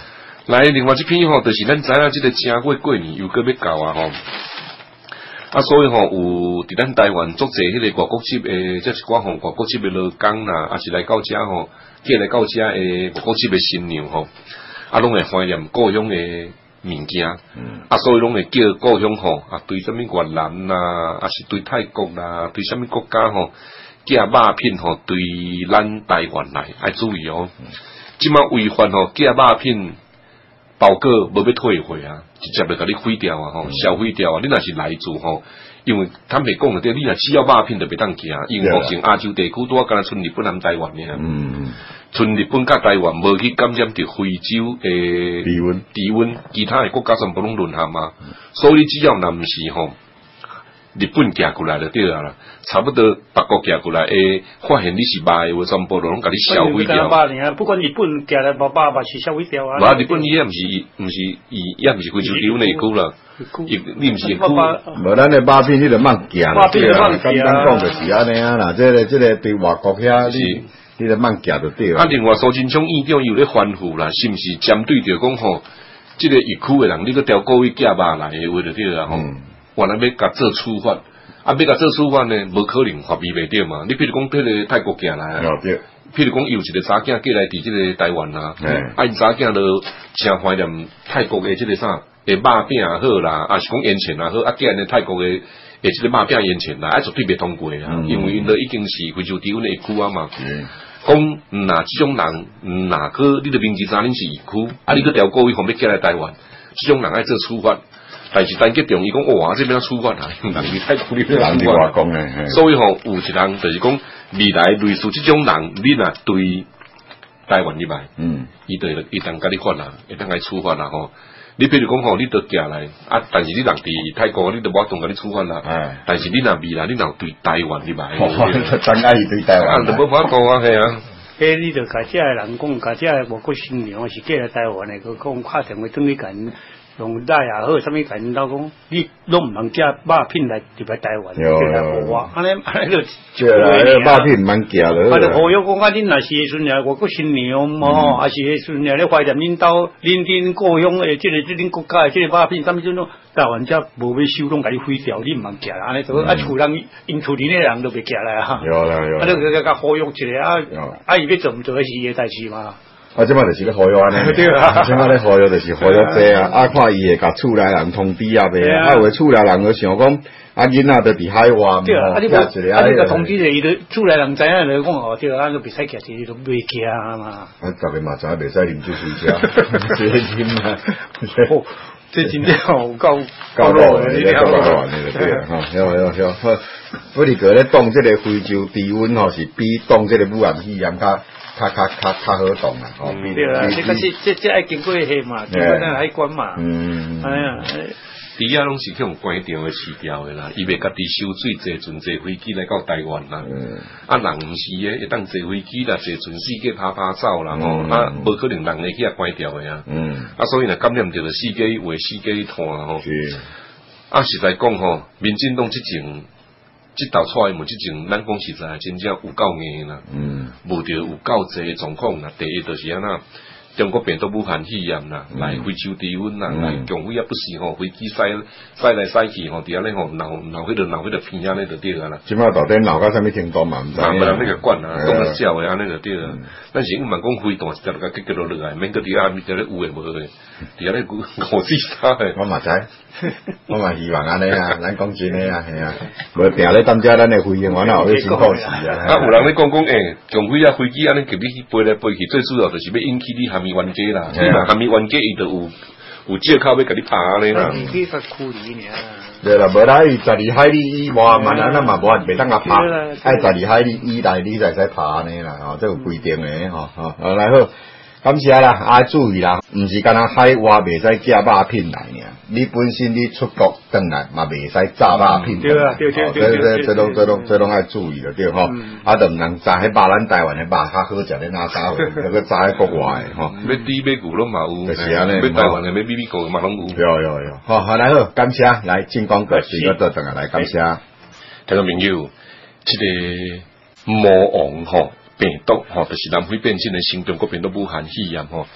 来，另外这篇吼，就是咱知影这个正月过年又搁要到啊吼。啊，所以吼有伫咱台湾足侪迄个外国籍诶，即是寡吼外国籍诶劳工啦，啊是来到遮吼，寄来到遮诶外国籍诶新娘吼，啊拢会怀念故乡诶物件，啊所以拢会叫故乡吼，啊对什么越南啦，啊是对泰国啦，对什么国家吼，寄肉品吼对咱台湾来爱注意哦，即马违反吼寄肉品。包裹无要退回啊，直接就甲你毁掉啊！吼，销毁掉啊！你若是来自吼，因为坦白讲对，你若只要肉品就袂当行，因为目前亚洲地区拄啊，敢若剩日本和台湾尔，剩日本甲台湾无去感染着非洲诶低温，其他诶国家全部拢沦陷嘛，所以你只要若毋是吼。日本寄过来就对啦，差不多别国寄过来，发现你是卖的，全部拢甲你销毁掉。 不管日本寄来肉是销毁掉啊。 无日本伊也毋是非洲地区内区啦，你毋是区。 无咱的肉片你著莫寄啦，简单讲就是安尼啊啦，这个对外国遐你著莫寄就对啊。 另外苏贞昌院长又咧反复啦，是毋是针对着讲吼，即个疫区的人，你个调各位寄肉来的话就对啦吼。原来要甲做处罚，啊，要甲做处罚呢，无可能法律袂对嘛。你譬如讲，迄个泰国寄来啊，譬如讲，有一个查囝寄来伫即个台湾啊，啊，因查囝都诚怀念泰国的即个啥，肉饼好啦，啊是讲烟钱啊好，啊寄来泰国的即个肉饼烟钱啦，啊绝对袂通过啊，因为因都已经是非洲低温的疫区啊嘛。讲若即种人，若个你著明知影恁是疫区，啊，你个调各位方面寄来台湾，即种人爱做处罚。但是单结中，伊讲哇，这边处罚啊，人哋太苦力了。人哋话讲诶， 所以吼，有一人就是讲，未来类似这种人，你若对台湾入来，伊就会当甲你罚啦，会当甲你处罚啦吼。你譬如讲吼，你到寄来啊，但是你人伫泰国，你就无当甲你处罚啦。但是你若未来，你若对台湾入来， 真爱对台湾， 就无法讲啊，系啊。 你就甲遮个人讲，甲遮个外国新娘是寄来台湾诶，佢讲敲电话等你讲。用带也好，啥物甲因兜讲，你拢毋通寄肉品来入来台湾，寄来互我，安尼就肉品毋通寄了。 啊，就互友讲啊，恁若是迄阵啊，外国新娘吼，还是迄阵啊咧怀念恁兜恁故乡诶，即恁国家诶，即个肉品，啥物种台湾遮无要收，拢甲你毁掉，你毋通寄啦，安尼就啊，厝人因厝里咧人都袂寄来啊。 有啦， 啊，你甲呼吁一下啊，伊要做毋做是伊诶代志嘛。 啊，即摆就是咧呼吁安尼，即摆咧呼吁就是呼吁这啊，啊看伊会甲厝内人通知啊袂，啊有诶厝内人就想讲，啊囡仔都伫海外， 对啊，你甲通知者，伊都厝内人知影就讲哦，对啊，都袂使寄，伊都袂寄啊嘛。 啊，逐个嘛知影袂使啉酒水车，这啉啊， 这真正有够老诶，你够老诶，对啊，好，不离个咧当即个非洲低温吼，是比当即个武汉肺炎较好动啊！哦， 对啦，这爱经过迄嘛，经过咱海关嘛。哎呀， 底下拢是去用关掉的饲掉的啦，伊袂家己收水，坐飞机来到台湾啦。啊，人毋是诶，会当坐飞机啦，坐船四界拍走啦，吼，啊，无可能人会去关掉的啊。啊，所以若感染着四界话四界拖吼。啊，实在讲吼，民进党即前。即道出来问即种，咱讲实在真正有够硬啦，无着有够侪状况啦。第一就是安那，中国病毒武汉肺炎啦，来非洲低温啦，来强飞也不是吼，飞机驶来驶去吼，伫安尼吼闹迄个片安尼就对啦。 即摆到底闹到啥物程度嘛？毋知。 无人那个管啊，讲个笑诶安尼就对啦。但是毋茫讲飞弹一条甲结落落来，免个伫遐伫咧有诶无诶，伫遐咧五四三诶。 我嘛知。我嘛希望安尼啊，咱讲真诶啊，系啊，无定咧等遮咱诶飞行员啊，后尾辛苦死啊！ 啊，有人咧讲强飞啊飞机安尼，给你飞来飞去，最主要就是要引起你虾米冤家啦。虾米冤家伊就有借口要甲你拍安尼啦。 你个苦力尔。 对啦，无啦，伊12海里以外嘛，咱嘛无袂当甲拍，爱12海里以内你才使拍安尼啦，吼，这有规定诶，吼，好来好。感谢啦，啊注意啦，毋是干那海外袂使寄肉品来尔，你本身你出国转来嘛袂使炸肉品。 对啊，对， 这拢爱注意了，对吼。啊，就毋通炸迄肉咱台湾诶肉较好食咧，哪炸货，那个炸喺国外吼。 要猪要牛拢嘛有， 就是安尼。 要台湾诶，要美国嘛拢有。 有，好来好，感谢，来进广告时个倒转来感谢。 听众朋友，即个魔王吼。病毒吼，就是南非变性的新中国病毒武汉肺炎吼，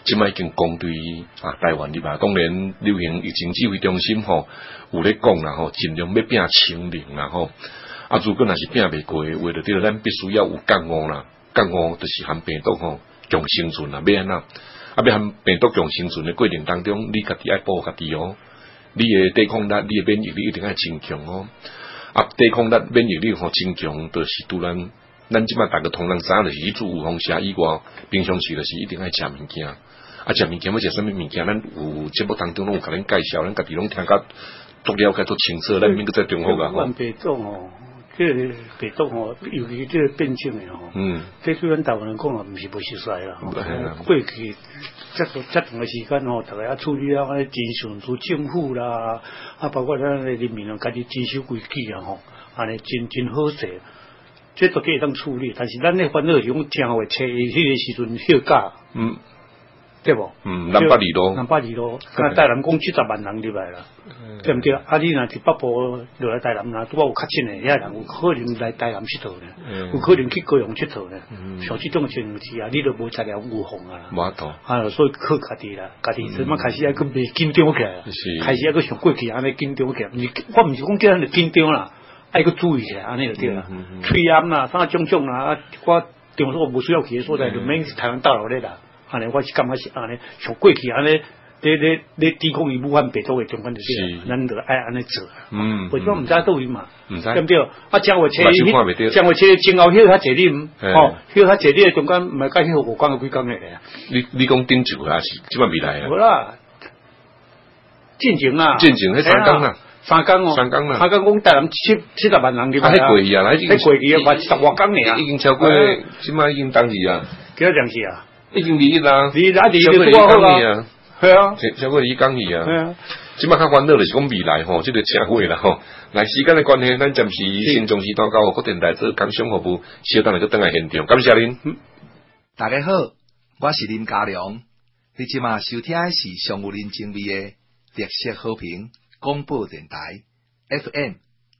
即摆已经攻对台湾入来，当然流行疫情指挥中心有咧讲啦尽量要拼清零啦如果若是拼袂过，为了对咱必须要有降污啦，降污就是含病毒共生存啦，要安怎？要含病毒共生存的过程当中，你家己爱保护家己你的抵抗力、你的免疫力一定要增强抵抗力、免疫力增强，就是拄咱即摆大家通人知影，就是去做预防针以外，平常时就是一定爱食物件。食物件要食啥物物件？咱有节目当中拢有甲恁介绍，咱家己拢听甲足了解、足清楚，咱免搁再重复病毒这个病毒尤其这个变种的这对咱台湾人讲唔是不熟悉啦过去这长的时间大家处理啊，真顺出政府啦，包括咱人民家己遵守规矩安尼真好势。这都可以当处理，但是咱咧烦恼是讲正月初迄个时阵休假，对不？220路，台南讲70万人入来啦，对不对？你若伫北部落来台南啦，拄有较近的遐人有可能来台南佚佗呢，有可能去高雄佚佗呢。像这种情形你都无材料预防啊。 无法所以靠家己啦，家己怎么开始还佫袂紧张起来，开始还佫像过去安尼紧张起来。我毋是讲叫咱就紧张啦。爱个注意起来，安尼就对啦。吹烟啦，啥种啦，我场所无需要去的所在，就免台湾大楼咧啦。安尼我是感觉是安尼，像过去安尼，咧抵抗伊武汉病毒的状况就对啦。咱就爱安尼做。为什么毋知倒位嘛？对不对？正月初前后遐侪啉，遐较侪啉，中间毋系介许5讲几讲诶。 你讲顶就还是即摆未来啊？ 无啦，进前迄3工啦。 3工啦，讲台南70万人入来啊！过去啊， 迄过去啊，嘛10外工尔啊， 已经超过，即摆已经当时啊， 几多当时啊？ 已经21啦 ，21就多好啊，系啊， 超过21工去啊，系啊，即摆较烦恼就是讲未来即个正月啦来时间的关系，咱暂时先从时段到各电台做工商服务，稍等下就等来现场，感谢您。 大家好，我是林家良，你即马收听的是上有人情味的特色好评。广播电台 FM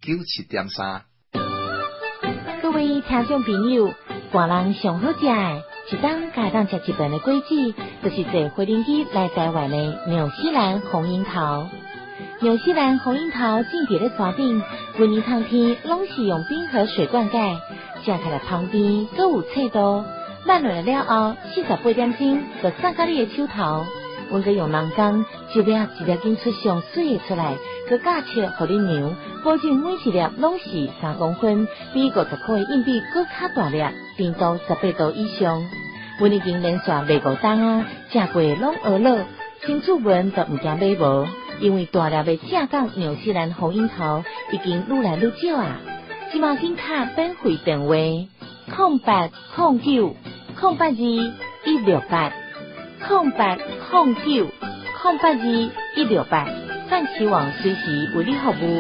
97.3。 各位听众朋友，大人上好食的，一当家当食一顿的果子，就是坐飞轮机来台湾的纽西兰红樱桃。纽西兰红樱桃种伫咧山顶，每年冬天拢是用冰河水灌溉，食起来旁边都有脆度，慢落来了后，48点钟就送到你的手头。阮阁用人工一粒一粒紧出上水的出来，佮架切互你量，保证每一粒拢是3公分，比50块的硬币佮较大粒，甜度18度以上。阮已经连续卖5档啊，食过拢学了，新主文都毋惊买无，因为大粒的正港纽西兰红樱桃已经愈来愈少啊。即马紧卡免费电话0809-082-168。0809-082-168，范期网随时为你服务。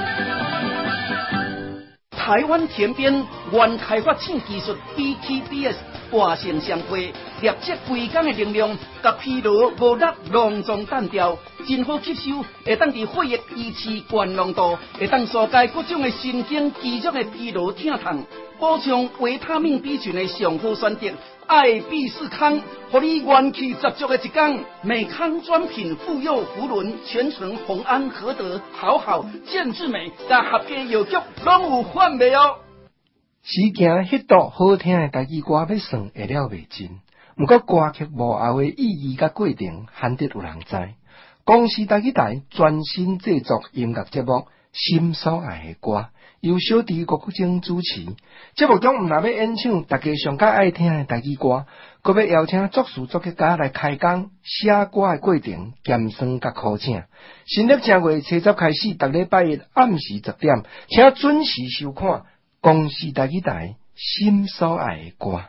台湾田边原开发性技术 BTBS 大成相配，立即规工的能量，甲疲劳无力隆重单调，真好吸收，会当伫血液维持高浓度，会当疏解各种的神经肌肉的疲劳疼痛，补充维他命 B 群的上好选择。爱必士康，让你元气十足的一天。美康专品妇幼福伦，全程红安和德，好健之美，甲合家药局拢有贩卖哦。 时行迄段好听的台语歌，要算会了袂尽。毋过歌曲幕后的意义甲过程，罕得有人知。公司台语台专心制作音乐节目《心所爱的歌》。由小弟郭国正主持，节目中毋但要演唱大家上较爱听的台语歌，阁要邀请作词作曲家来开讲写歌的过程，咸酸甲苦请。新历正月初10开始，逐礼拜一暗时10点，请准时收看公视台语台心所爱的歌。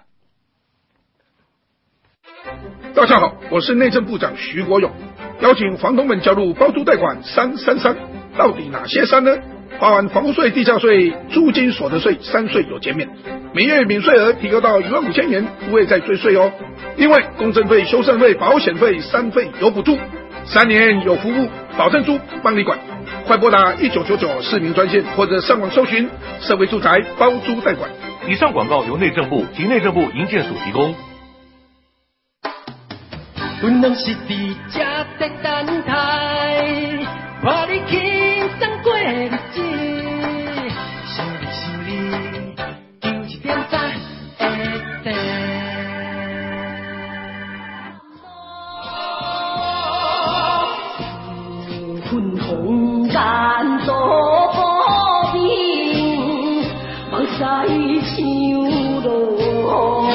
大家好，我是内政部长徐国勇，邀请房东们加入包租贷款333，到底哪些3呢？包含房屋税、地价税、租金所得税3税有减免，每月免税额提高到15000元，不会再追税哦。另外，公证费、修缮费、保险费3费有补助，3年有服务，保证租帮你管。快拨打1999市民专线，或者上网搜寻社会住宅包租贷款。 以上广告由内政部及内政部营建署提供。 阮拢是伫这在等待，看你轻松过日子，想你，求一点早会得。粉红颜做保兵，望西唱路。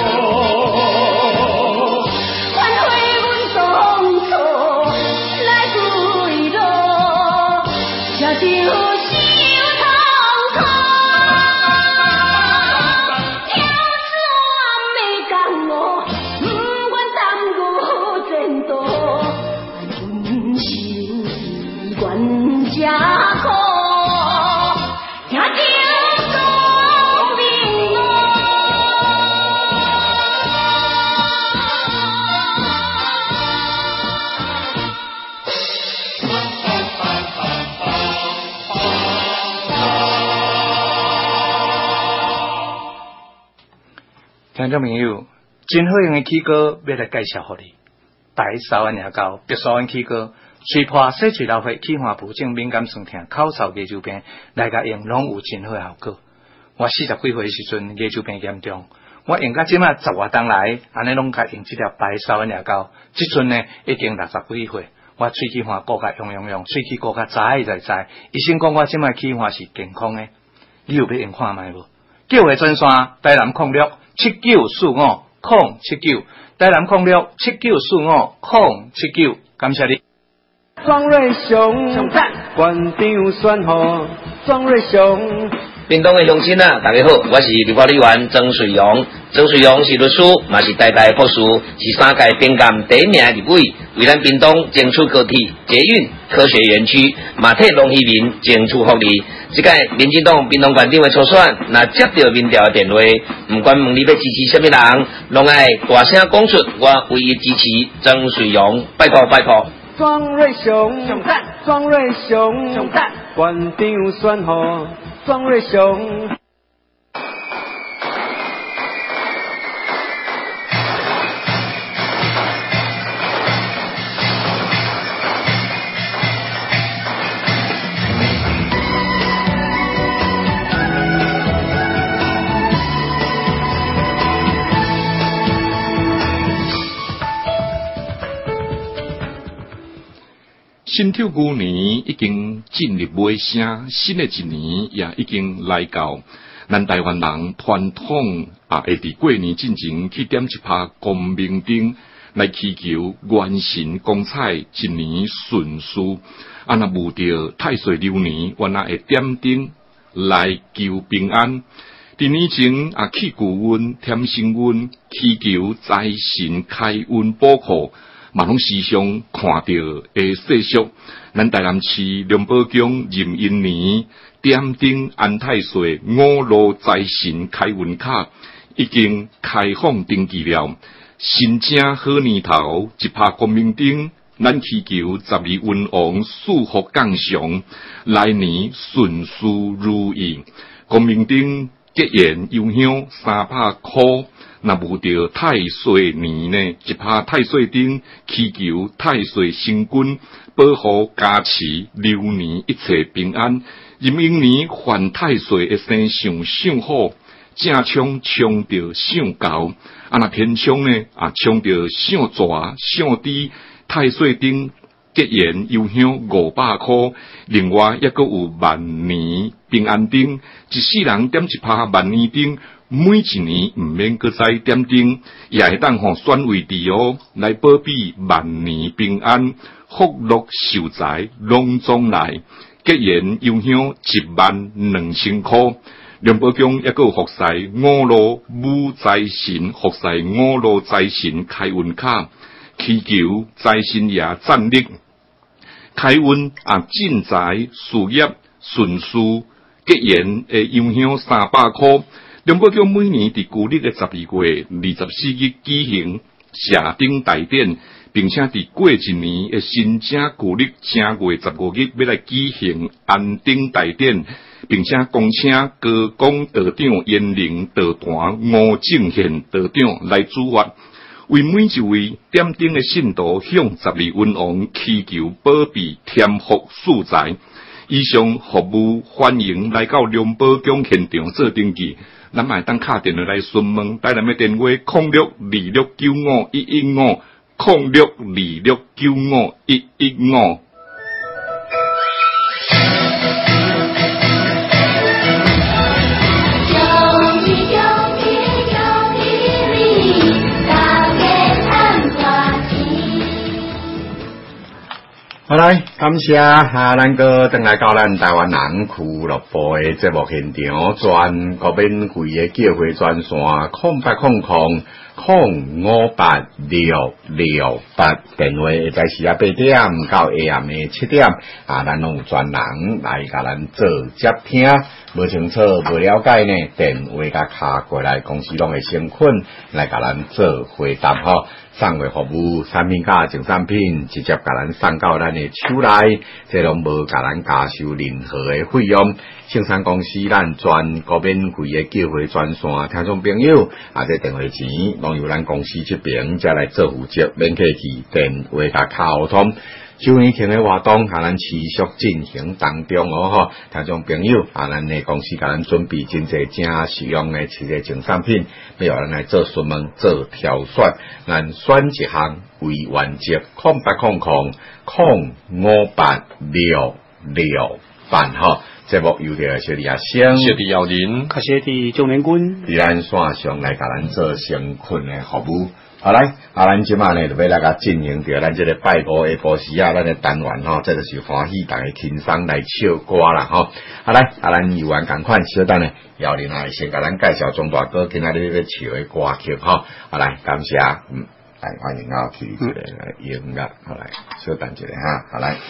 听众朋友，真好用的曲歌要来介绍给你。大扫完牙膏，别扫完曲歌，吹破洗嘴老血，气化部症敏感酸痛、口臭、牙周病，来甲用拢有真好效果。我40几岁时阵牙周病严重，我用到即马10外冬来，安尼拢甲用这条大扫完牙膏。即阵呢已经60几岁，我喙齿化顾甲用，喙齿顾甲在。医生讲我即马齿化是健康的，你有要用看卖无？叫个专线台南0679450079，台南0679450079，感谢你。 庄瑞雄，馆长选好庄瑞雄。 屏东的乡亲啊，大家好，我是立法委员曾水荣。曾水荣是律师，嘛是台大博士，是3届评鉴第1名立委，为咱屏东争取高铁、捷运、科学园区，嘛替农渔民争取福利。这届民进党屏东县长的初选，若接到民调的电话，不管问你要支持什么人，拢爱大声讲出我唯一支持曾水荣，拜托拜托。 庄瑞雄，庄瑞雄，馆长选好庄瑞雄。 新跳牛年已经进入尾声，新的一年也已经来到。咱台湾人传统会伫过年进前去点一拍光明灯，来祈求元神光彩，一年顺遂。若遇到太岁流年，我会点灯来求平安。伫年前去旧运、添新运，祈求财神开运宝库。嘛拢时常看到的世俗，咱台南市龙宝宫壬寅年点灯安太岁5路财神开运卡已经开放登记了，新正好年头一拍光明灯，咱祈求12运王四福降祥，来年顺遂如意。光明灯结缘油香300块。若遇到太岁年呢，一拍太岁灯，祈求太岁星君保护加持，流年一切平安。壬寅年犯太岁的生相相好，正冲冲着相高，若偏冲呢冲着相蛇相低。太岁灯结缘油香500块，另外还佫有万年平安灯，一世人点一拍万年灯。每一年毋免搁再点灯，也会当选位置来保庇万年平安，福禄寿财拢总来。结缘油香12000块，龙宝宫还佫有福赛5路武财神，福赛5路财神开运卡，祈求财神爷战力开运进财事业顺遂。结缘的油香300块。龙宝宫每年伫旧历的12月24日举行社顶大典，并且伫过一年的新正旧历正月15日要来举行安顶大典，并且恭请高公道长、延陵道坛、吴正宪道长来主法。 为每一位点灯的信徒向12君王祈求保庇添福素材。以上服务欢迎来到龙宝宫现场做登记，咱嘛当敲电话来询问，带咱的电话0626951150，0626951150。 好来，感谢咱个登来到咱台湾人俱乐部的节目现场，全国免费的叫会专线0800-058-668，电话会在时8點到下暗的7點，咱攏有專人來甲咱做接聽。無清楚、無了解呢，電話甲卡過來，公司攏會先困來甲咱做回答吼。送貨服務產品甲淨產品直接甲咱送到咱的手內，這攏無甲咱加收任何的費用。生產公司咱全國免費的叫貨專線，聽眾朋友這電話錢攏由咱公司這邊才來做負責，免客氣，電話甲卡互通。周年慶的活動，咱持續進行當中吼，聽眾朋友咱的公司甲咱準備真濟正實用的一個淨產品，要咱來做詢問、做挑選，咱選一項為原則，0800-586-668吼。節目由着小李阿星、 小李耀林、 小李鍾連軍， 佇咱線上來甲咱做相關的服務。好來，咱即馬呢就要來甲進行着咱這個拜五下晡時咱的單元吼，這就是歡喜大家輕鬆來唱歌啦吼。好來，咱有緣共款，小等呢，耀林啊，先甲咱介紹鍾大哥今仔日要唱的歌曲吼。好來，感謝，來歡迎我去這個音樂，好來，小等一下哈，好來。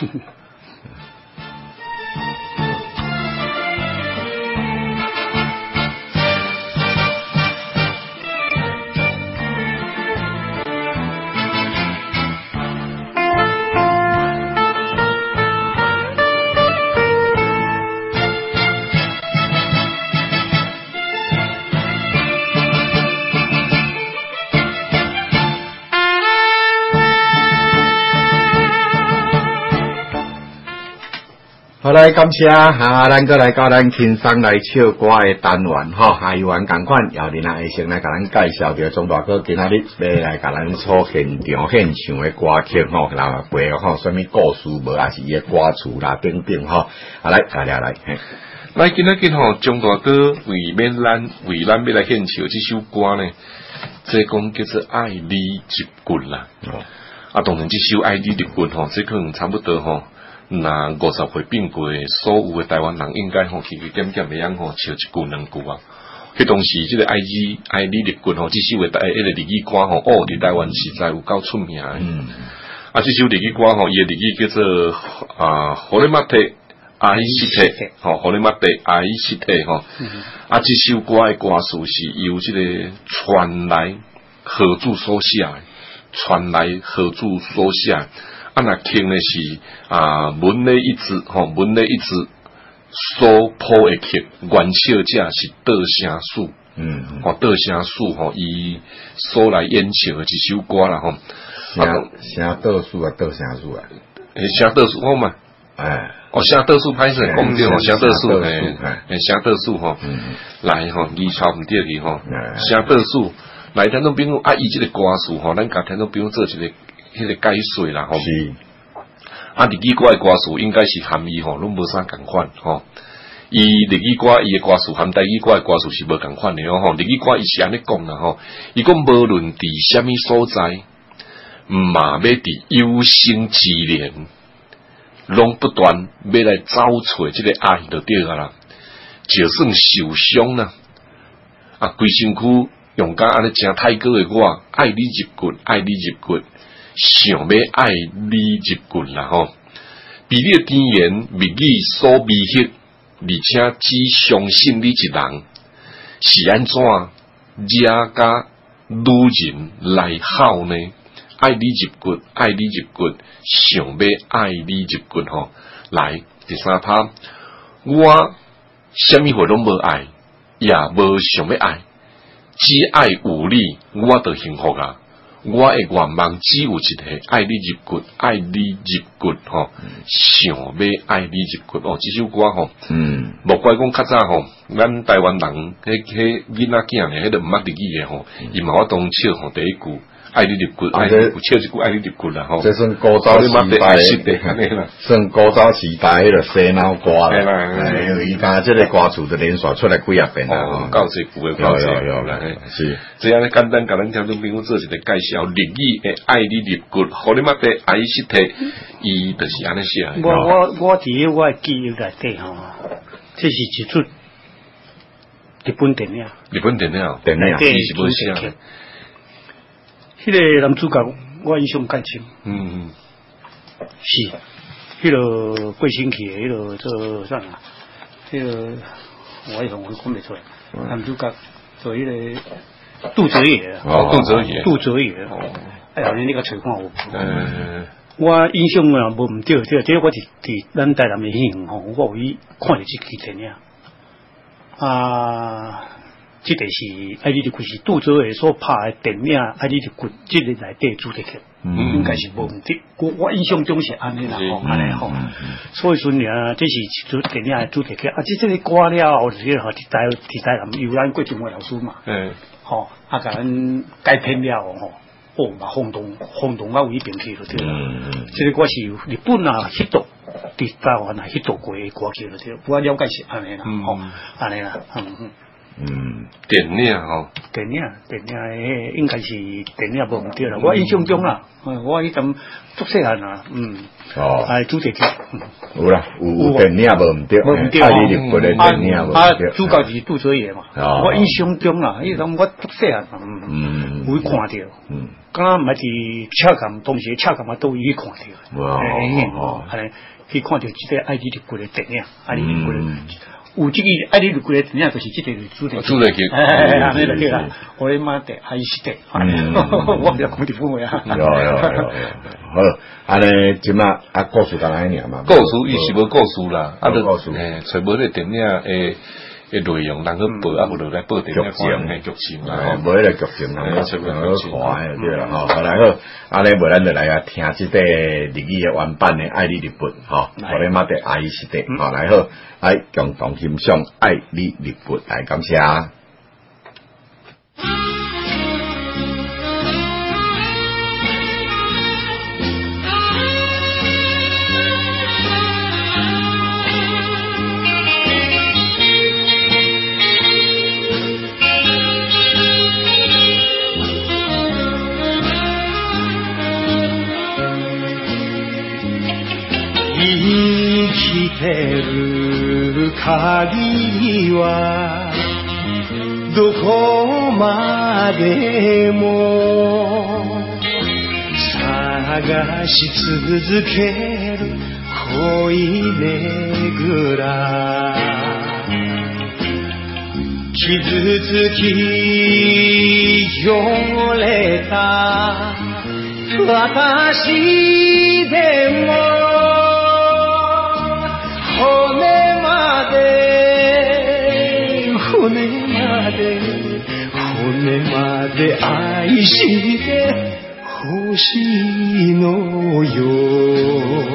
好來，感謝咱個來到咱輕鬆來唱歌的單元吼，有緣共款，後日會先來甲咱介紹着鍾大哥今仔日要來甲咱做現場獻唱的歌曲吼，啦背吼，什麼故事無，也是伊的歌詞啦等等吼。好來，大家來， 來今仔日吼，鍾大哥為咱要來獻唱這首歌呢，這講叫做愛你入骨啦。當然這首愛你入骨吼，這可能差不多吼。那50歲變過所有嘅台灣人應該吼起起點點嘅樣吼唱一句兩句啊。迄當時即個愛你入骨吼，這首嘅迄個日語歌吼，佇台灣實在有夠出名嘅。這首日語歌吼，伊嘅日語叫做荷里馬蒂愛西蒂吼，荷里馬蒂愛西蒂吼。這首歌嘅歌詞是由即個傳來何主所寫，傳來何主所寫。那聽的是文的一字吼，文的一字所譜的曲，原唱者是道聲樹，道聲樹吼，伊所來演唱的一首歌啦吼。 啥道樹啊，道聲樹啊？ 啥道樹好嘛？啥道樹歹勢講對吼，啥道樹啥道樹吼，來吼，字抄唔對去吼，啥道樹來，聽眾朋友伊即個歌詞吼，咱甲聽眾朋友做一個。迄個解說啦吼，日語歌嘅歌詞應該是含義吼，攏無啥共款吼。伊日語歌伊嘅歌詞含台語歌嘅歌詞是無共款嘅吼。日語歌伊是安尼講啦吼，伊講無論佇啥物所在，嘛要佇有生之年，攏不斷要來找找即個愛就對啊啦。就算受傷啦，規身軀用甲安尼誠太高嘅我，愛你入骨，愛你入骨。想要愛你入骨啦吼，比你的甜言蜜語所迷惑，而且只相信你一人，是安怎惹甲女人來好呢？愛你入骨，愛你入骨，想要愛你入骨吼。來第三趴，我什麼貨攏無愛，也無想要愛，只愛有你，我就幸福啊！ 我的愿望只有一個，愛你入骨，愛你入骨吼，想要愛你入骨哦。這首歌吼，莫怪講較早吼，咱台灣人迄囡仔囝呢，迄個毋捌日語嘅吼，伊嘛我當唱吼第一句。愛你入骨，愛你入骨，唱一句愛你入骨啦吼。 這算古早時代，算古早時代迄個洗腦歌啦。伊家即個歌詞就連續出來幾啊遍啦。 夠濟句嘅，夠濟有啦。是，這樣簡單甲咱聽眾朋友做一個介紹，日語嘅愛你入骨，互你媽的愛實體，伊就是安尼寫。 我佇我嘅記憶內底吼，這是一出日本電影。 日本電影，伊是要寫。 迄個男主角我印象較深，是迄個過身去的迄個做啥啊？迄個我一時講袂出來，男主角做迄個杜澤野啊，杜澤野，哎呀，你呢個找看有？我印象啊無毋對，這我佇咱台南的戲院吼，我有去看着這期電影啊。這個是愛你入骨是杜澤野所拍的電影《愛你入骨》，這個內底主題曲，應該是無毋對。我印象中是安尼啦，安尼吼。所以說呢，這是一出電影的主題曲。啊，這個歌了後，就是吼，佇台南由咱郭俊偉老師嘛，吼，啊，甲咱改編了吼，哦嘛轟動啊，有一邊去了對啦。這個歌是由日本啊迄度，佇台灣啊迄度過的歌曲了對。我了解是安尼啦，吼，安尼啦， 電影吼， 電影誒，應該是電影無毋對啦。我印象中啦，我迄陣足細漢啊，係主題曲， 有啦，有電影無毋對，愛你入骨嘅電影無毋對。 主角是杜澤野嘛，我印象中啦，迄陣我足細漢，有去看着，敢若毋係佇赤崁，當時赤崁啊都有去看着，係去看着即個愛你入骨嘅電影，愛你入骨嘅。有這個愛你入骨嘅電影，就是這個主題曲，安尼就對啦。我哋媽的愛是的，我唔要講啲乜嘢啊。 好，安尼即馬啊，故事講來念嘛。 故事伊是無故事啦，啊，故事找無咧電影誒內容，人去報啊，無落來報電影劇情啦， 無迄個劇情啦，出嚟好看對啦，吼，好來好，安尼無咱就來啊聽即個日語嘅原版嘅愛你入骨，吼，我哋媽的愛是的，好來好，來共同欣賞愛你入骨，來感謝。 てる限りはどこまでも探し続ける恋めぐら傷つき汚れた私でも骨まで愛してほしいのよ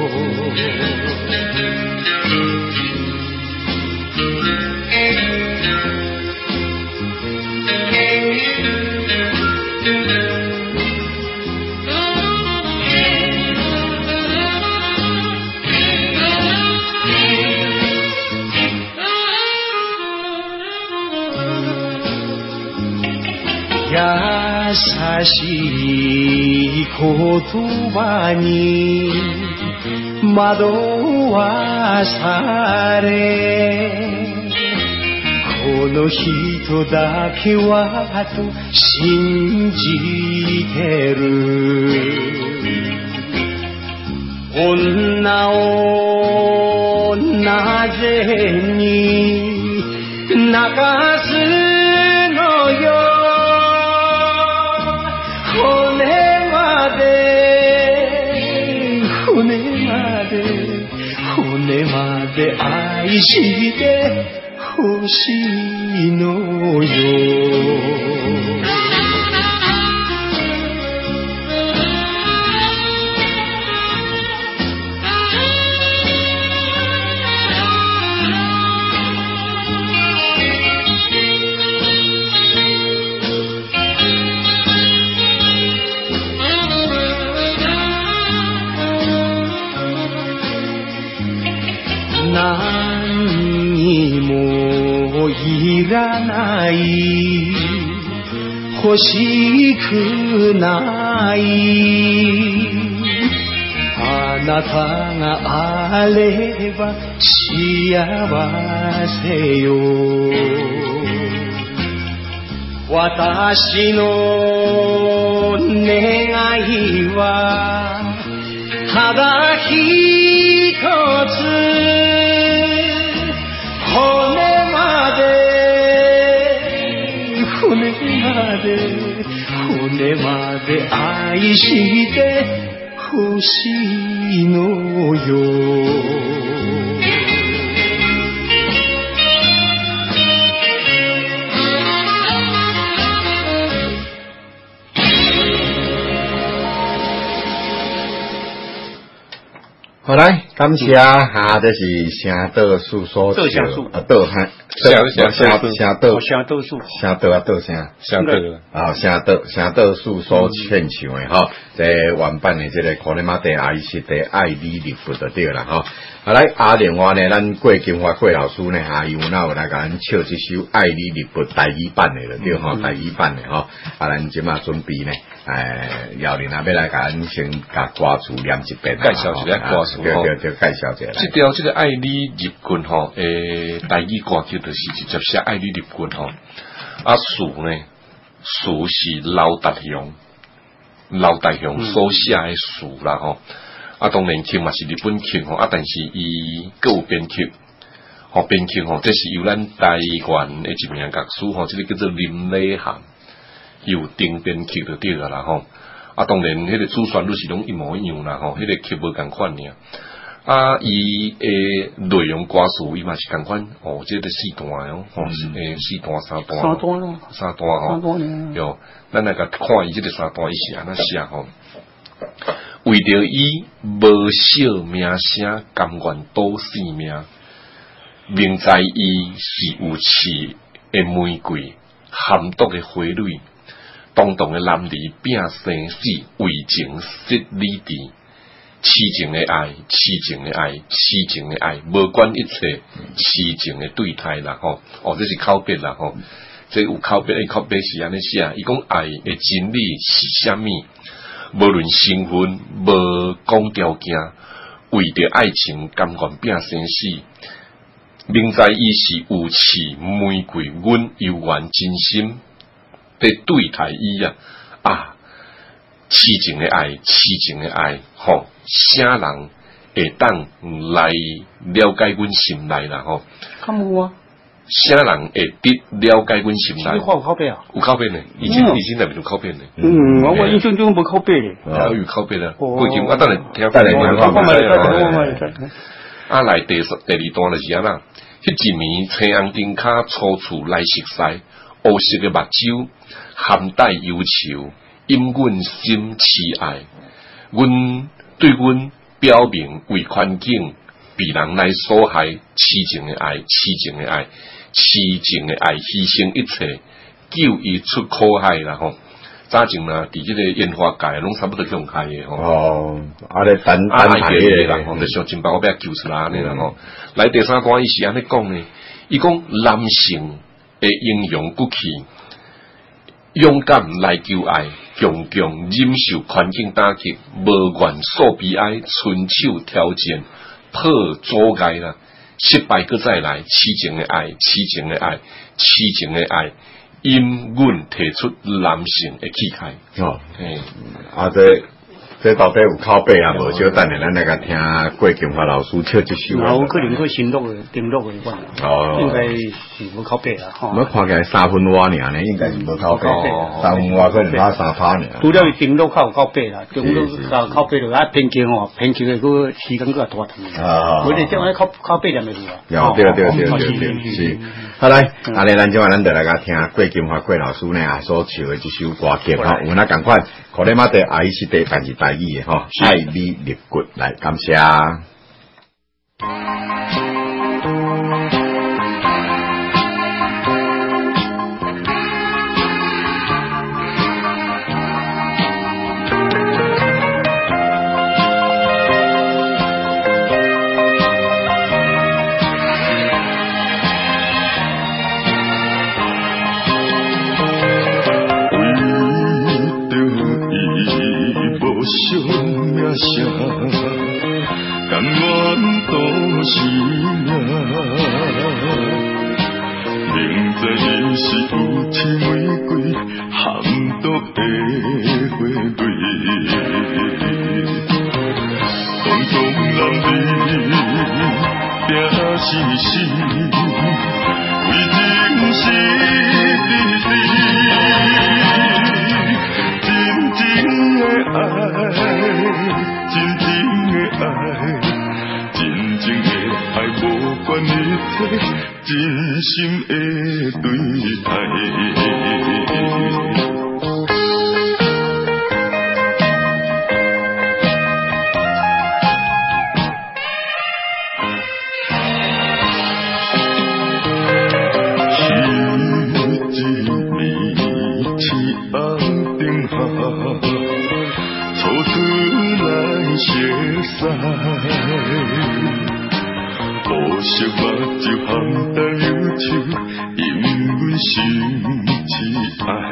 優しい言葉に惑わされこの人だけはと信じてる女をなぜに泣かすのよ骨まで愛してほしいのよ可惜くないあなたがあれば幸せよ私の願いはただ一つ骨まで愛してほしいのよ好来，感谢哈，这是声道诉说道啊道哈，声道啊道声，声道诉说劝唱的吼，这原版的这个可能马地爱是地爱你入骨就对啦吼。好来，另外呢，咱郭金华郭老师呢，有来甲咱唱这首《爱你入骨》台语版的了，对吼，台语版的吼。咱即马准备呢，姚玲啊，要来甲咱先甲歌词念一遍， 介绍一下歌词对，介绍一下。 这条这个《爱你入骨》吼，台语歌曲就是直接写《爱你入骨》吼。啊，词呢，词是刘达雄所写的词啦吼。啊，当然曲嘛是日本曲吼，但是伊各有编曲，编曲这是由咱台湾的一名乐师这个叫做林礼涵，有定编曲就对啦吼。啊，当然迄个主旋律是拢一模一样啦吼，迄个曲无共款尔。啊，伊诶内容歌词伊嘛是共款这个四段哟，四段三段吼，哟，咱来甲看伊这个三段伊是安怎写吼。为着伊无小名声，甘愿赌性命。明知伊是有刺的玫瑰，含毒的花蕊，当当的男儿拼生死，为情失理智。痴情的爱，无管一切，痴情的对待啦吼。这是口笔啦吼，这有口笔是安尼写，伊讲爱的真理是啥物？无论身份，无讲条件，为着爱情甘愿拼生死。明知伊是有刺玫瑰，阮犹原真心在对待伊啊！痴情的爱，吼，啥人会当来了解阮心内啦？吼， 咁有啊。 啥人会得了解阮心内？ 有靠背啊？ 有靠背呢，以前内面有靠背呢。 我印象中无靠背咧。 有靠背啦。过去我等下听啊，来第二段就是安啦。迄一暝青红灯骹初次来熟悉，乌色的目睭含带忧愁，引阮心痴爱。阮对阮表明为环境，被人来所害，痴情的爱，牺牲一切，救伊出苦海啦吼。早前啦，伫即个烟花界拢差不多向开的吼。 咧单排的啦吼，就想尽办法把救出来安尼啦吼。来第三段伊是安尼讲呢，伊讲男性的英勇骨气，勇敢来救爱，强忍受环境打击，无愿受悲哀，伸手挑战，破阻碍啦。失败搁再来，痴情的爱，因阮提出男性的气概。 这到底有靠背啊？无少等下咱来甲听郭金华老师唱一首。 有可能去登录的款。应该是无靠背啦。 我看起来3分瓦尔呢，应该是无靠背。3分瓦可能打3趴尔。 除了登录较有靠背啦，登录靠背了偏轻的个时间个大长。我哋即个靠背就没有啊。 对，是。好来，咱今晚咱就来甲听郭金华郭老师呢所唱的这首歌曲吼，有那共款，可能嘛对爱是对，但是台语的吼，爱你入骨来，感谢。 惜命声，甘愿都是命。明知伊是有刺玫瑰，含毒的花蕊，当中男女拼死死，为情是离真正的爱，真正的爱，真正的爱，无管一切，真心的对待。无惜目睭含带忧愁，因为心痴爱。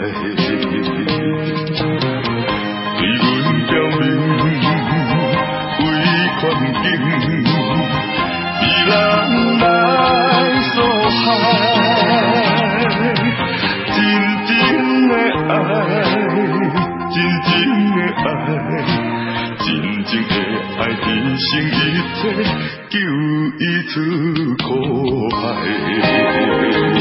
对阮表明为环境，被人来所害。真正的爱，真正的爱。真正的爱，牺牲一切，救伊出苦海。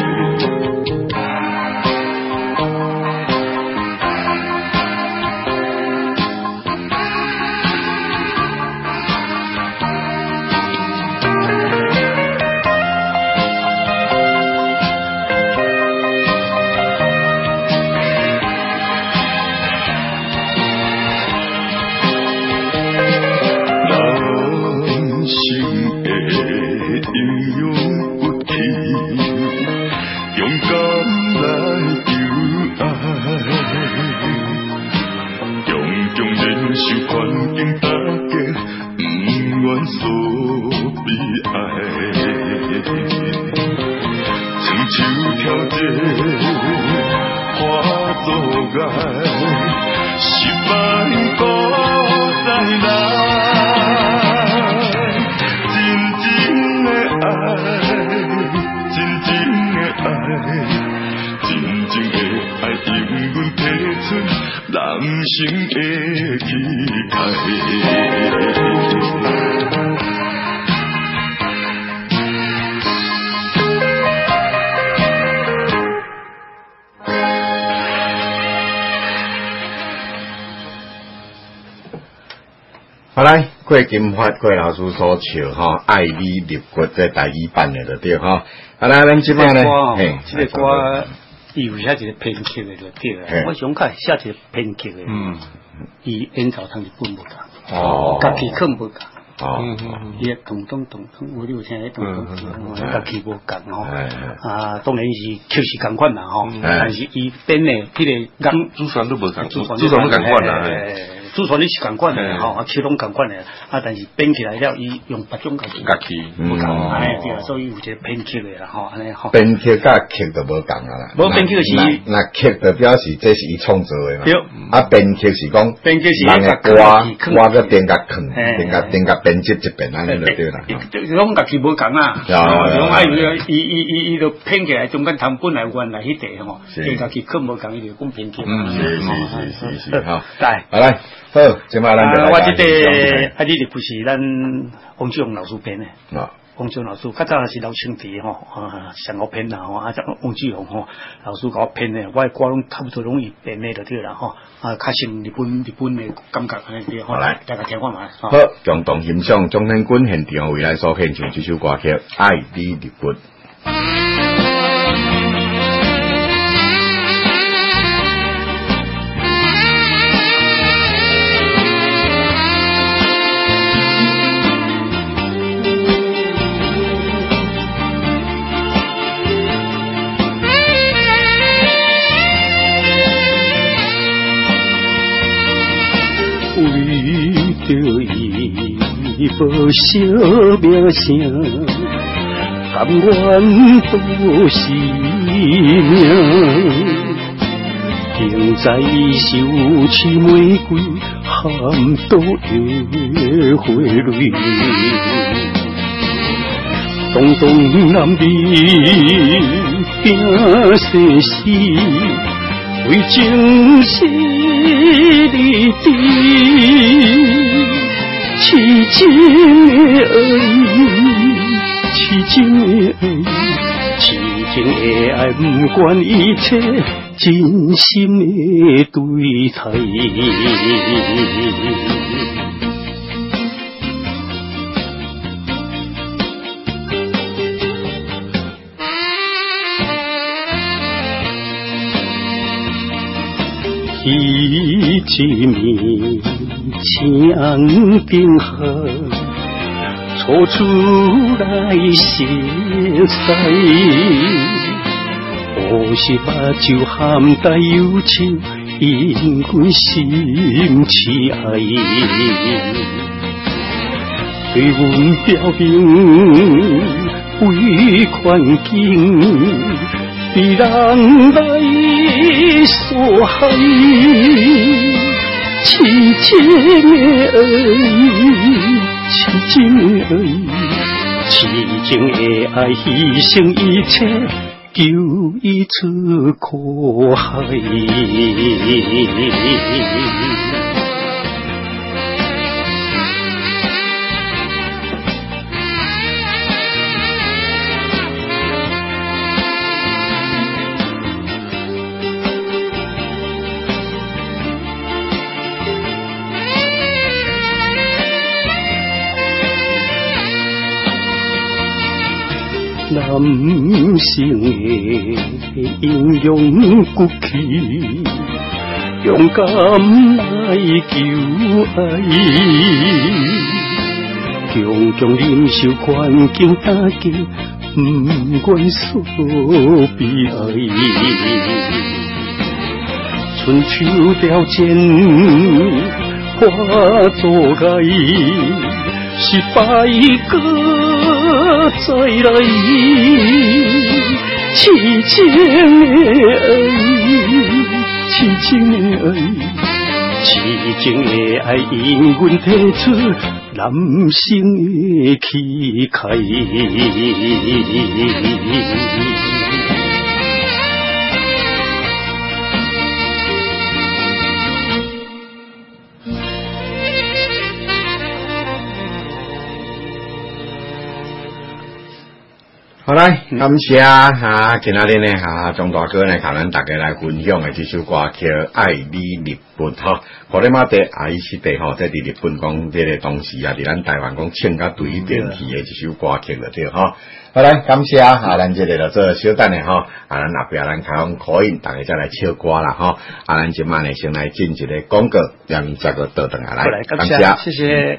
好来，郭金发郭老师所唱哈，爱你入骨这第2版的就对哈。好来，咱即摆呢， 嘿，这个歌伊有写一个编曲的就对了。我想看写一个编曲的，伊演奏堂日本无共，家己肯无共。伊咚咚咚咚，我有听咧咚咚咚，家己无共吼。当然是曲是共款啦吼，但是伊编的迄个主旋律无共， 主旋律共款啦。主旋律是共款的吼，曲拢共款的，但是编起来了，伊用别种家己无共，对啊，所以有一个编曲的啦吼，安尼吼。 编曲甲曲就无共啦。 无编曲是那曲就表示这是伊创作的嘛。 对。 编曲是讲编曲是人的歌个编甲坑，编甲编辑一遍安尼就对啦。 拢家己无共啊，讲爱伊就编起来，中间谈本来原来迄块吼，伊家己坑无共，伊就讲编曲。 是哈。好来。好，即摆咱我这个你就不是咱王志宏老师编的，王志宏老师较早是老青迪吼，上我编啦吼，王志宏吼老师甲我编的，我的歌拢差不多拢伊编的就对啦吼，较像日本的感觉安尼对吼，来大家听看嘛。 好，共同欣赏钟天军现场为咱所献唱这首歌曲《爱你入骨》。 为着伊无惜名声，甘愿赌性命， 停在手持玫瑰含刀的花蕊，东东南北拼生死，为情是你的痴情的爱，痴情的爱，痴情的爱，不管一切，真心的对待。一面墙冰河，抽出来血色，我是把酒含带忧愁，因阮心痴爱，对阮表明为环境。被人来所害，痴情的爱，痴情的爱，痴情的爱，牺牲一切，救伊出苦海。男性的英勇骨气，勇敢来救爱，强强忍受环境打击，不愿所悲哀。春秋条件化作爱，是败歌再来，痴情的爱，痴情的爱，痴情的爱，因阮提出男性的气概。 好来，感谢今仔日呢钟大哥呢，甲咱大家来分享的这首歌叫《爱你日本》哈。互你妈的爱是地吼，在伫日本讲这个当时伫咱台湾讲唱甲对边去的这首歌曲了对哈。好来，感谢咱这个做小等的哈，咱后壁咱开放口音，大家再来唱歌啦哈。咱今晚呢先来进一个广告，让这个倒转来， 感谢，谢谢。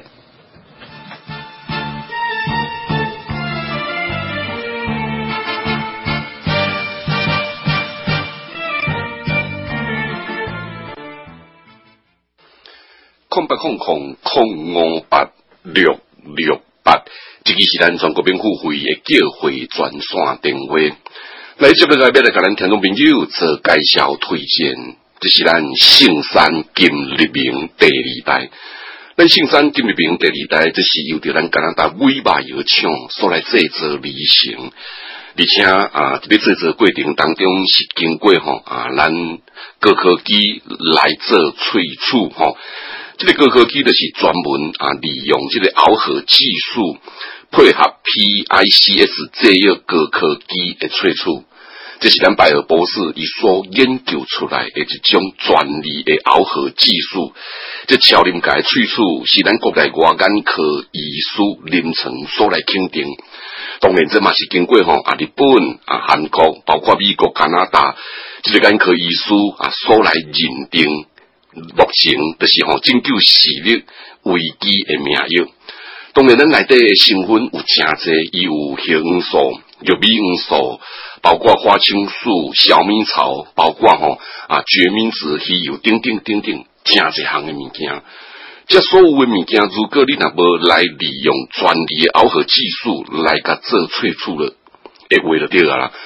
0800058668，这个是咱全国民付费的叫会专线电话。来这边来要来甲咱听众朋友做介绍推荐，这是咱圣山金立明第二代。咱圣山金立明第二代，这是由着咱加拿大尾巴药厂所来制作而成。而且这个制作过程当中是经过咱高科技来做萃取这个高科技就是专门利用这个螯合技术，配合 PICS 制药高科技的萃取，这是咱拜尔博士伊所研究出来的一种专利的螯合技术。这超临界萃取是咱国内外眼科医师临床所来肯定。当然，这嘛是经过日本、韩国，包括美国、加拿大，这个眼科医师所来认定。目前就是拯救视力危机的名药。当然，咱内底的成分有真侪，伊有叶黄素、玉米黄素，包括花青素、小米草，包括决明子、鱼油等等等等，真侪项的物件。这所有的物件，如果你若无来利用专利的螯合技术来甲做萃取了，会话就对啦。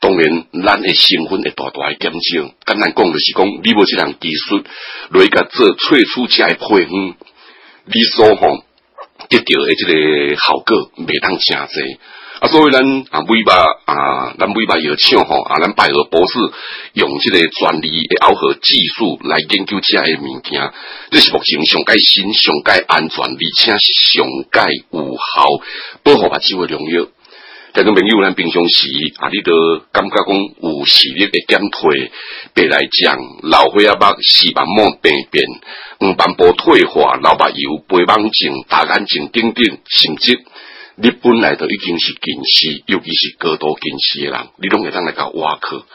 当然，咱的成分会大大的减少。简单讲就是讲，你无这项技术来甲做萃取这个配方，你所得到的这个效果袂当诚济。所以咱尾巴咱尾巴药厂咱百合博士用这个专利的螯合技术来研究这个物件，这是目前上界新、上界安全，而且上界有效保护目睭的良药。听众朋友，咱平常时你都感觉讲有视力的减退、白内障、老花眼目、视网膜病变、黄斑部退化、老目睭、白网症、大眼睛等等，甚至你本来就已经是近视，尤其是高度近视的人，你拢会当来甲挖课，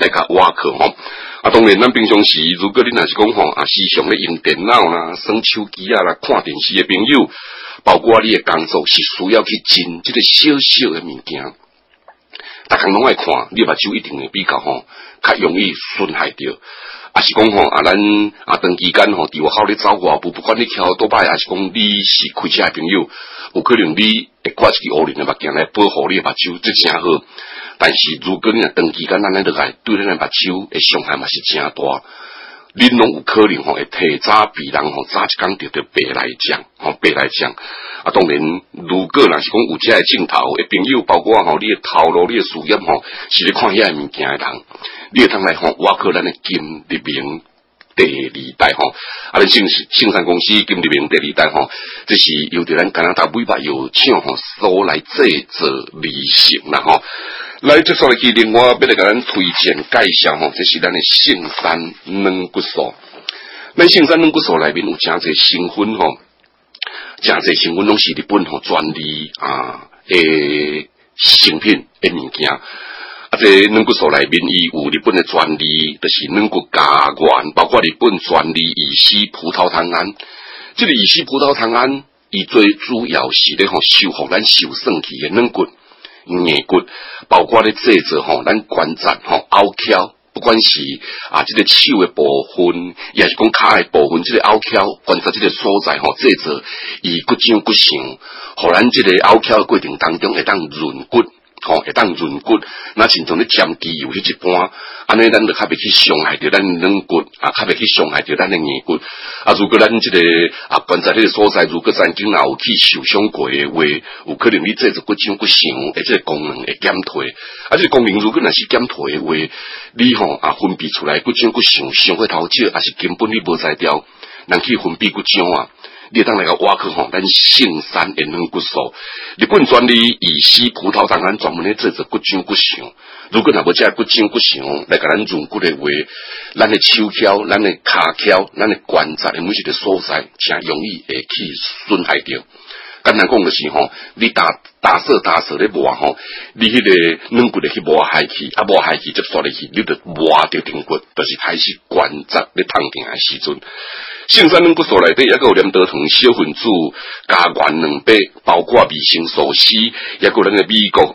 当然，咱平常时如果你若是讲时常咧用电脑啦、耍手机啦、看电视的朋友，包括你的工作是需要去进这个小小的物件，大家拢爱看，你目睭一定会比较较容易损害掉。是讲咱长期间伫外口咧走外步，不管你翘多摆，是讲你是开车的朋友，有可能你会挂一支乌林的目镜来保护你的目睭，这真好。但是如果你若长期间咱咧落来，对咱的目睭的伤害嘛是真大。你拢有可能会提早比人早一工得到白内障。当然，如果若是讲有这个镜头的朋友，包括你的头路、你的事业是咧看遐物件的人，你会当来挖靠咱的金立明第二代咱圣山公司金立明第二代这是由着咱加拿大美白药厂所来制作而成啦来，接下来去另外要来甲咱推荐介绍这是咱的圣山软骨素。咱圣山软骨素内面有诚侪成分诚侪成分拢是日本专利的成品的物件。这软骨素内面伊有日本的专利，就是软骨加源，包括日本专利乙烯葡萄糖胺。这个乙烯葡萄糖胺，伊最主要是咧修复咱受损去的软骨。硬骨，包括咧制作咱关节凹翘，不管是这个手的部分，也是讲骹的部分，这个凹翘关节这个所在制作伊骨长骨长，互咱这个凹翘的过程当中会当润骨。会当润骨，那亲像咧占机油迄一般，安尼咱就较袂去伤害着咱软骨，较袂去伤害着咱的硬骨。如果咱这个关节迄个所在，如果曾经有去受伤过的话，有可能你制作骨长骨长，这个功能会减退。这个功能如果若是减退的话，你分泌出来骨长骨长，伤过头少，还是根本你无才调，人去分泌骨长你当来个挖去咱圣山的软骨素，日本专利乙烯葡萄糖胺专门咧制作骨长骨长。如果若无这骨长骨长来甲咱润骨的话，咱的手翘、咱的骹翘、咱的关节的每一个所在，诚容易会去损害掉。简单讲就是你打色咧磨你迄个软骨咧去磨害去，磨害去接刷入去，你就磨着顶骨，就是开始关节咧痛痛的时阵。圣山软骨素内底也有黏多糖小分子加元200，包括维生素 C， 也有咱的美国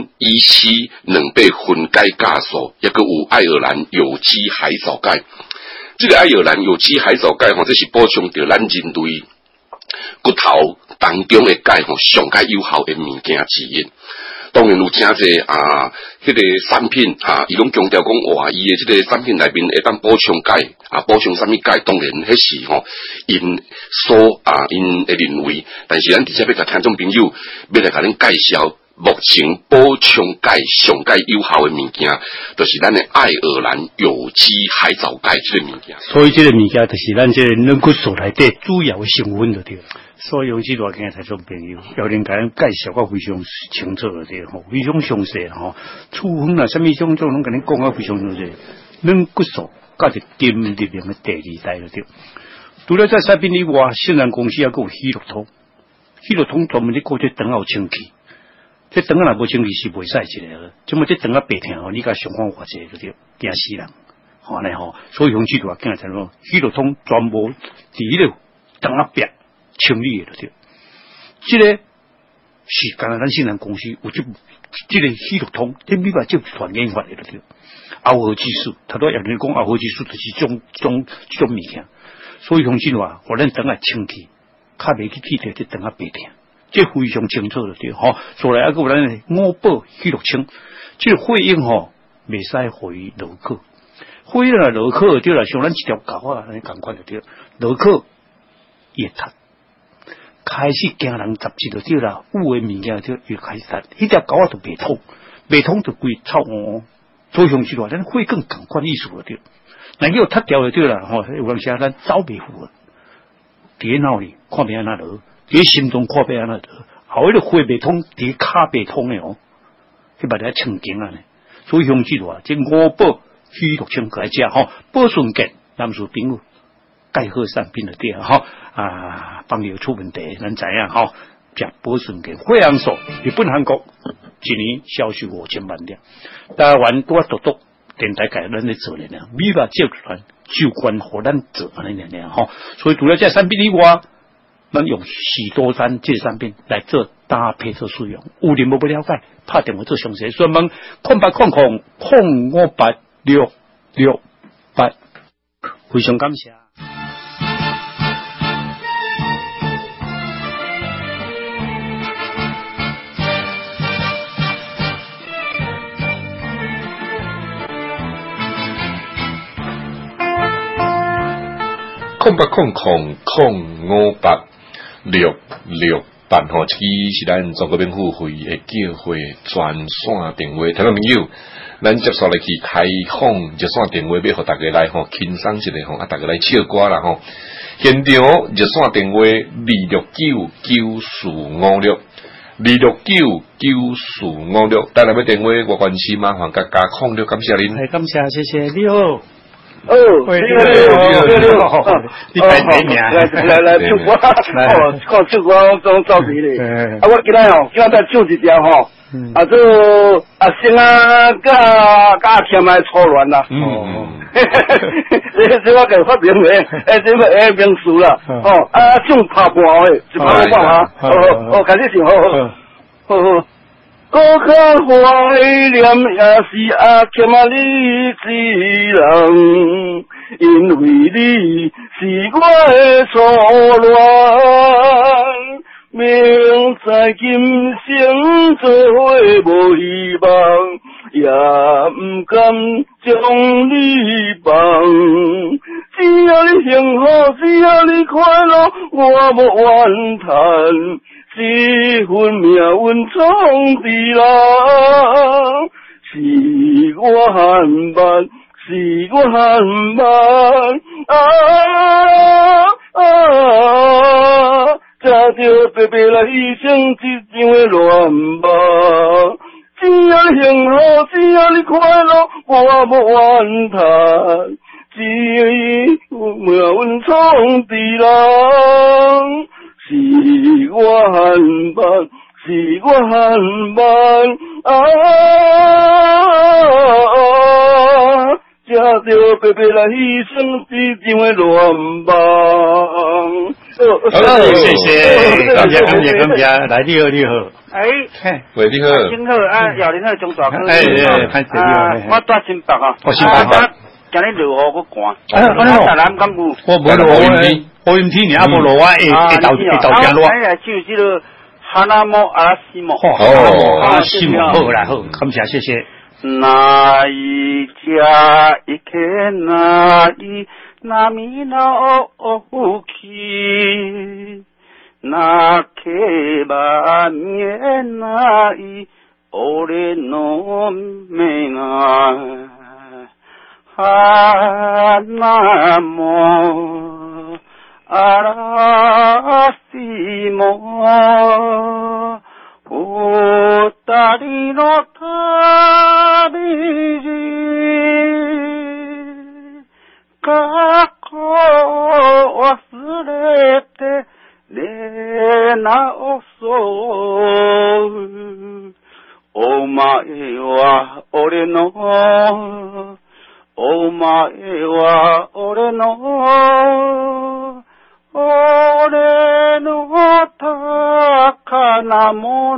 NEC 200分解酵素，也有爱尔兰有机海藻钙。这个爱尔兰有机海藻钙这是补充着咱人类骨头当中的钙上界有效的物件之一。当然有诚侪迄个产品伊拢强调讲伊的这个产品内面会当补充钙补充什么钙？当然迄是因会认为，但是咱直接要甲听众朋友要来甲恁介绍。目前补充钙上界有效的物件，就是咱的爱尔兰有机海藻钙这个物件。 所以这个物件就是咱这个软骨素内底主要的成分就对了。所以用这段经听众朋友，要恁甲咱介绍个非常清楚的对非常详细处方啦，什么种种拢甲恁讲个非常详细。软骨素甲是金立明的第二代就对。除了在产品以外，圣山公司也有喜乐通，喜乐通专门咧搞这肠后清气。这肠若无清气是袂使一个，怎么这肠白疼你甲想方法一个就对，惊死人，安尼所以用这段经才说，喜乐通全部伫迄个肠白清理的就对。这个是刚才咱圣山公司有这个喜乐通，这美国就传研发的就对。螯合技术，他都要你讲螯合技术就是这种物件，所以用这段互咱肠清气，较袂去起着这肠白疼。这非常清楚的对所以还有咱的五宝喜乐清，这个血液袂使回落客，回了落客对了，像咱一条狗啊，安尼共款就对，落客越读，开始惊人杂志就对啦，有诶物件就越开始，迄条狗啊就袂通，袂通就规臭哦，所以上去话，咱会更共款意思就对，那叫脱掉就对啦，吼，有当时咱走袂赴啊，伫脑里看袂安那落，伫心中看袂安那落，后迄个会袂通，伫骹袂通诶哦。去把它清净啊！所以乡亲话，这五宝虚毒清来食吼，保顺健，咱们说朋友介好产品就对吼啊，放药出问题，咱知影吼，食保顺健，惠阳所日本韩国一年销售5000万辆，台湾都要独独电台改咱咧做咧呢，美国集团就关互咱做安尼咧吼，所以除了这产品以外，咱用许多山这产品来做搭配做使用，有人无不了解，拍电话做详细询问，0800-058668，非常感谢。 0800-058668吼，这是咱中国免付费的叫会专线电话，听众朋友，咱接下来去开放热线电话，要互大家来吼轻松一下吼，大家来唱歌啦吼。现场热线电话2699456，2699456，带来要电话我关心麻烦加控了，感谢您。 感谢，谢谢，你好。 你好， 你排第名， 来唱歌，看唱歌总走皮咧。我今仔再唱一条吼，做阿星啊，甲阿添来初恋啦。这我给发明的，这个名词啦。唱拍半的，一拍半下。开始唱好。我较怀念也是阿欠啊你一人，因为你是我的初恋，明知今生做伙无希望，也不甘将你放。只要你幸福，只要你快乐，我无怨叹。这份命运创治人，是我很慢，是我很慢才着白白来牺牲这场的恋梦。只要幸福，只要你快乐，我无怨叹。这份命运创治人。是我很慢，是我很慢才着白白来牺牲这场的恋梦。 谢谢，感谢，来你好。 喂，你好， 真好啊，姚林好，中大哥。我住新北啊， 新北。 今日落雨我寒， 我无落雨，好阴天，你阿无落啊，会豆正落。 哎呀，就这个哈那莫阿拉西莫。 阿拉西莫，好啦，好，感谢，谢谢。 那一家一天那一那米那乌去，那克巴面那一欧雷诺梅那。哈那莫阿拉西莫，乌达里诺塔比吉，卡科瓦斯雷特雷那欧索，欧玛伊瓦欧雷诺。お前は俺の宝物。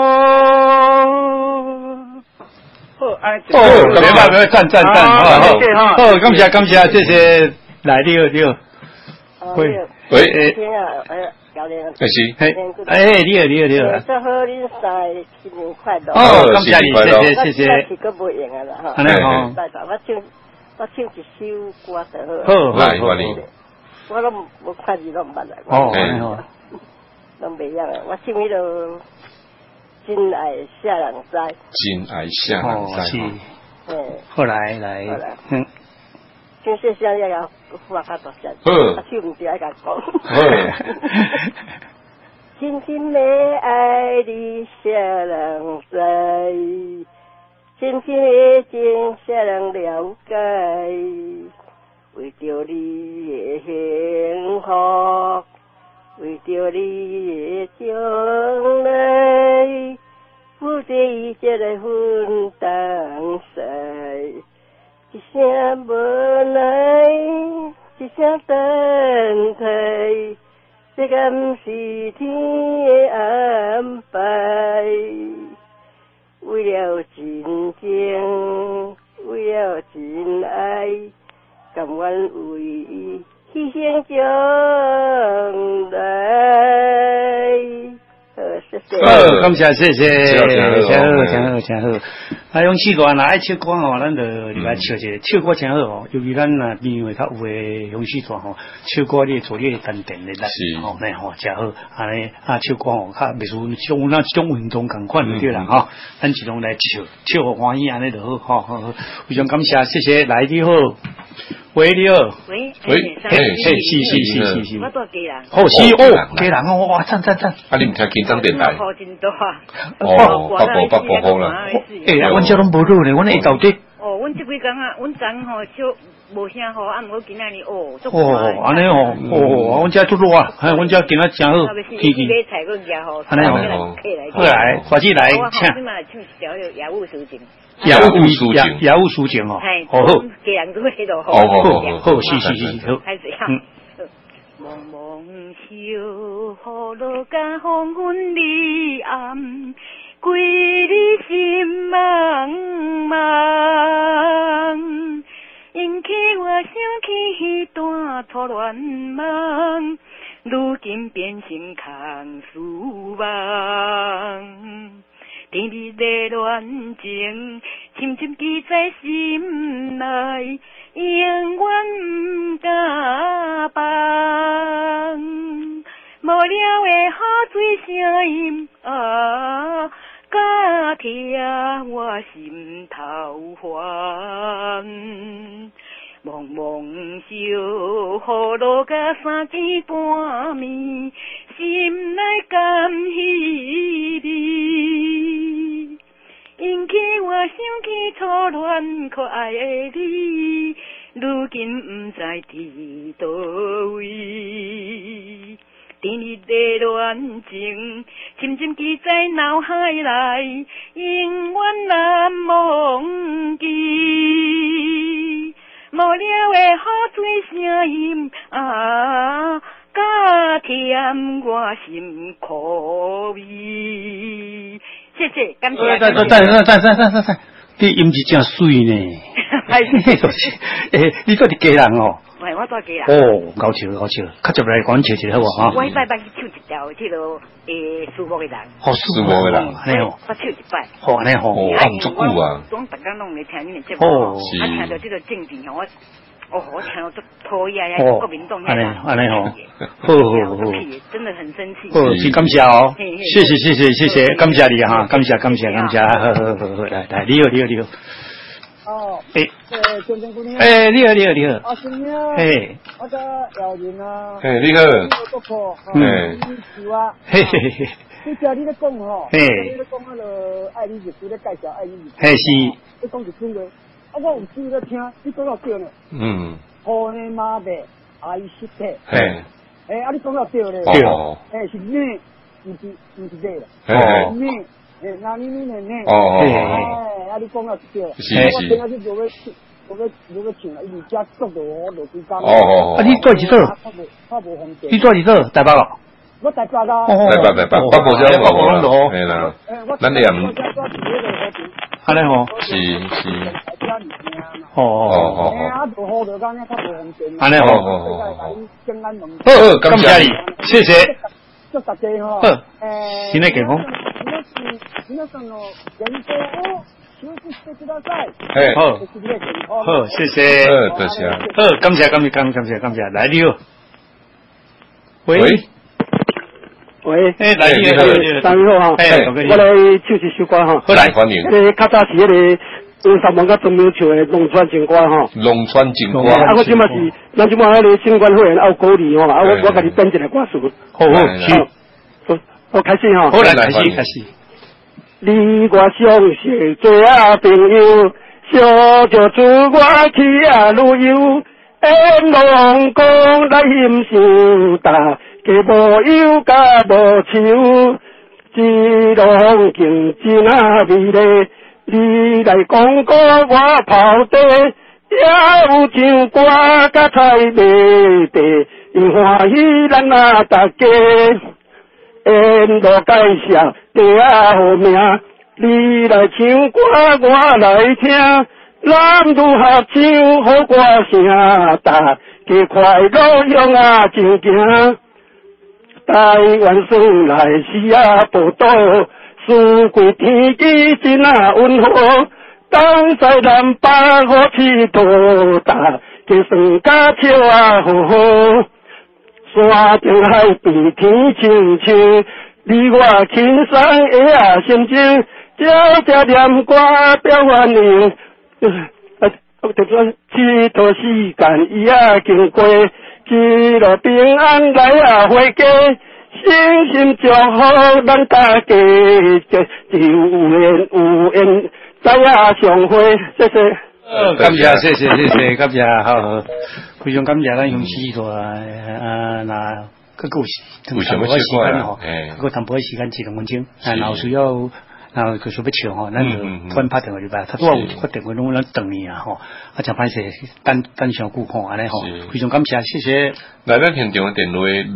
别赞，好，感谢，谢谢，来，你好。 喂， 听啊，教练， 是， 你好。 祝贺恁赛新年快乐。 哦，感谢你，谢谢。 我是个不用啊啦哈。 安尼好。 我唱一首歌就好。好，来，我哩。 我拢无看字拢唔捌来。 哦，安尼好。 拢袂样啊！我唱迄个真爱下人知。 真爱下人知。 好来。 真谢谢你啊！我较大声。 好。 唱唔对爱甲讲。好。真心的爱你下人知，真心的情下人了解，为着你的幸福，为着你的将来，付出一切来分担谁？一声无奈，一声等待。这敢是天的安排，为了真情，为了真爱，甘愿为伊牺牲将来。谢谢。 感谢，谢谢，真好。啊，用四段爱唱歌吼，咱就入来唱一个，唱歌真好哦。尤其咱啊边位较有诶用四段吼，唱歌你做你淡定的力，吼，那吼真好。安尼唱歌吼，较袂输像咱这种运动共款就对啦吼。咱一路来唱互欢喜安尼就好，好，非常感谢，谢谢，来你好。喂，你好。 喂， 是。 我做家人。 好，是哦，家人哦，哇，赞。 啊，你唔听紧张电台？ 好真多啊！ 北部好啦。 阮这拢无落咧，阮下昼底。 阮这几工啊，阮昨吼少无啥好，啊，毋过今仔日安尼阮这足热啊，阮这今仔真好，天气。 买菜佫也好， 安尼好来，快啲来请。我嘛唱一条《雅务抒情》。 雅务抒情哦， 好，家人都喺度好。 好，是，好。 开始哈。蒙蒙小雨落甲黄昏离暗，归你心茫茫，引起我想起迄段初恋梦，如今变成空思梦。甜蜜的恋情，深深记在心内，永远不敢放。无了的雨水声音啊，甲疼我心头烦。蒙蒙小雨落甲三更半暝，心内甘稀微，引起我想起初恋可爱的你，如今不知伫倒位。甜蜜的恋情，深深记在脑海内，永远难忘记。无了的雨水声音啊，甲甜我心苦味。谢谢，感谢。 赞，你音质真水呢。你做是家人哦。 喂，我做家人。 哦，够笑，较接来讲笑一下好无哈。 我拜去唱一条迄个舒服的人。 好舒服的人，安尼哦。 我唱一摆。 好安尼吼。 咁足久啊。 总大家拢来听你们节目，听到这个正经吼，我听到都讨厌呀，国民党呀。 安尼吼。好。 真的很生气。 是感谢哦。谢谢，感谢你哈，感谢，好，来，你好。 哦，真姑娘。 你好。 新娘。我叫姚云啊。 你好。 你家你咧讲吼，你咧讲迄个爱你日子咧介绍爱你日子。 是。 你讲一句话，我有注咧听，你讲到对呢。好呢妈的，爱惜的。你讲到对咧。是咩？唔是对啦。咩？那你呢？你讲到对啦。 是。 我今仔日我要请了，伊家捉到我落几工。 你住几多？ 我无方便。 你住几多？台北咯。 我台北啦。 北部拢落。 系啦。咱哋又唔。 安尼吼。 是。 哦。啊，落雨落讲咧较无方便。 安尼哦。 好，感谢你，谢谢。 祝大家吼。 身体健康。 皆さんの健康を祝福してください。 好，谢谢。 多谢。 好，感谢，来你好。喂，来你好， 三位好哈，我来唱一首歌哈。 好来，欢迎。 较早是有三万个中央唱的农村情歌哈。 农村情歌。 啊，我即马是，咱即马新冠肺炎有鼓励吼，啊，我甲你编一个歌词。 好， 我开始哈。 好来，开始。 你我相识做啊朋友，相着出我去啊旅游，沿路讲来欣赏大，家无忧甲无愁，一路风景真啊美丽。你来讲过我跑地，也有唱歌甲菜卖地，因欢喜咱啊大家。沿路介绍地啊好名，你来唱歌我来听，咱愈合唱好歌声，大家快乐勇啊真行。台湾算来是啊报道，四季天气真啊温和，东西南北好佚佗，大家算甲笑啊好好。山顶海边天清清，你我轻松的啊心情，这念歌表欢迎。就说佚佗时间伊啊经过，一路平安来啊回家，心心祝福咱大家，有缘再啊相会，谢谢。 感谢，谢谢，感谢，好，非常感谢咱用许多那个故事，有什么时间吼，个淡薄的时间2、2分钟，然后需要，然后佢想要唱吼，咱就突然拍电话入来，他都有发电话拢咱等你啊吼，啊真歹势，等上久吼，安尼吼，非常感谢，谢谢。 来咱现场的电话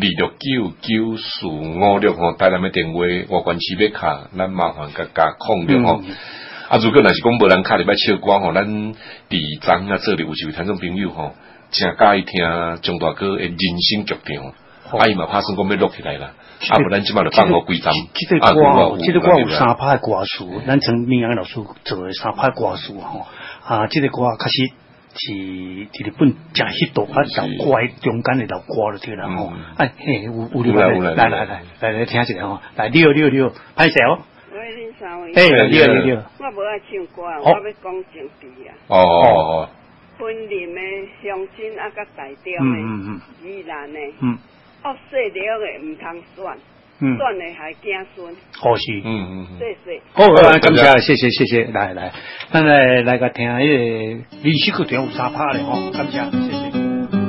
2699456吼，台南的电话外关市要卡，咱麻烦加控着吼。啊，如果若是讲无人敲入来唱歌吼，咱伫昨啊做哩有一位听众朋友吼，真介意听张大哥的人生剧场，啊伊嘛拍算讲要录起来啦，啊无咱即马就放好几站。 这个歌有3拍歌词，咱从明阳老师做的3拍歌词吼，啊，这个歌确实是伫日本真hit到，啊，老歌中间的老歌就对啦吼，哎嘿，有来听一下吼，来6，歹势哦。 你我无爱唱歌，我要讲情绪啊。婚姻的乡亲啊，甲台中的宜兰的，恶势了的唔通选，选的还惊孙。 好是， 谢谢。 好，感谢，谢谢，来，咱来个听迄个历史课堂有3拍咧吼，感谢，谢谢。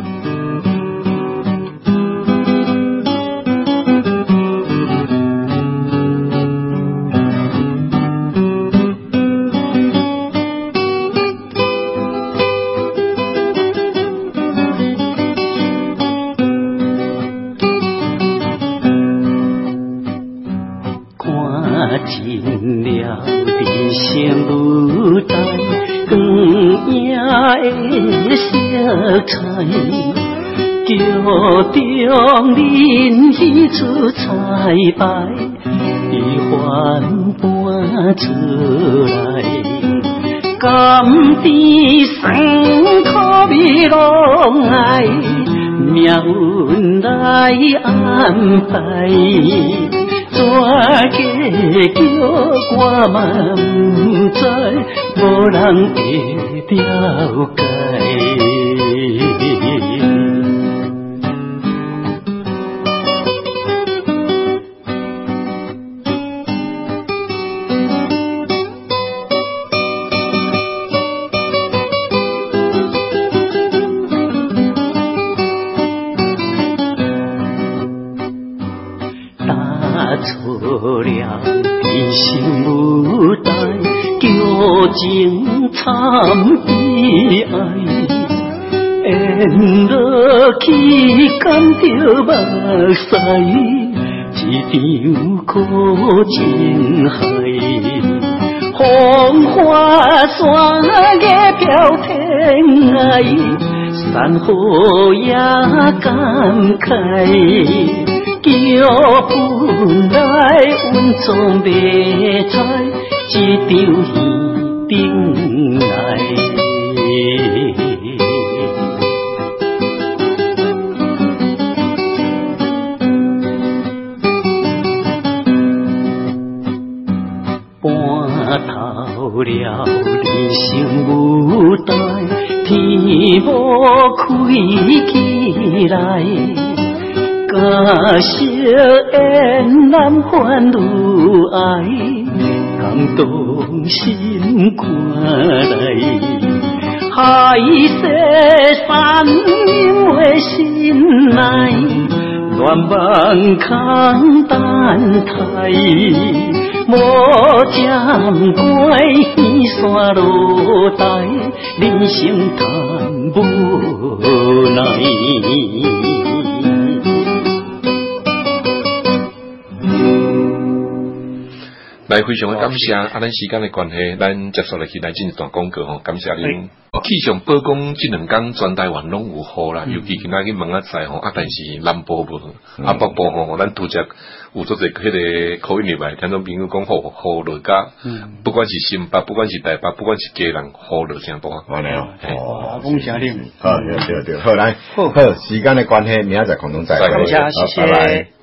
桥中人喜出彩排，悲欢伴出来，甘甜酸苦味拢爱，命运来安排。怎结局我嘛不知，无人会了解。情惨悲哀，沿路去感着目屎，一场苦情海， 红花山野飘天涯，山河也感慨。叫本来阮总袂知，一场戏顶来。搬头了人生舞台，天幕开起来。假设缘难还如爱，感动心肝来。海誓山盟的心内，乱梦空等待。无暂过远山路台，人生叹无奈。 来，非常的感謝，咱時間的關係，咱接續來去來進一段廣告吼，感謝恁。氣象報講這兩天全台灣攏有雨啦，尤其今仔日問仔載吼，但是南部無，北部吼，咱拄則有做者迄個口音入來，聽眾朋友講雨落甲，不管是新北，不管是台北，不管是嘉南，雨落真大。 安尼哦，恭喜恁。 好，對，好來，好，時間的關係，明仔載空中再會。 感謝，謝謝。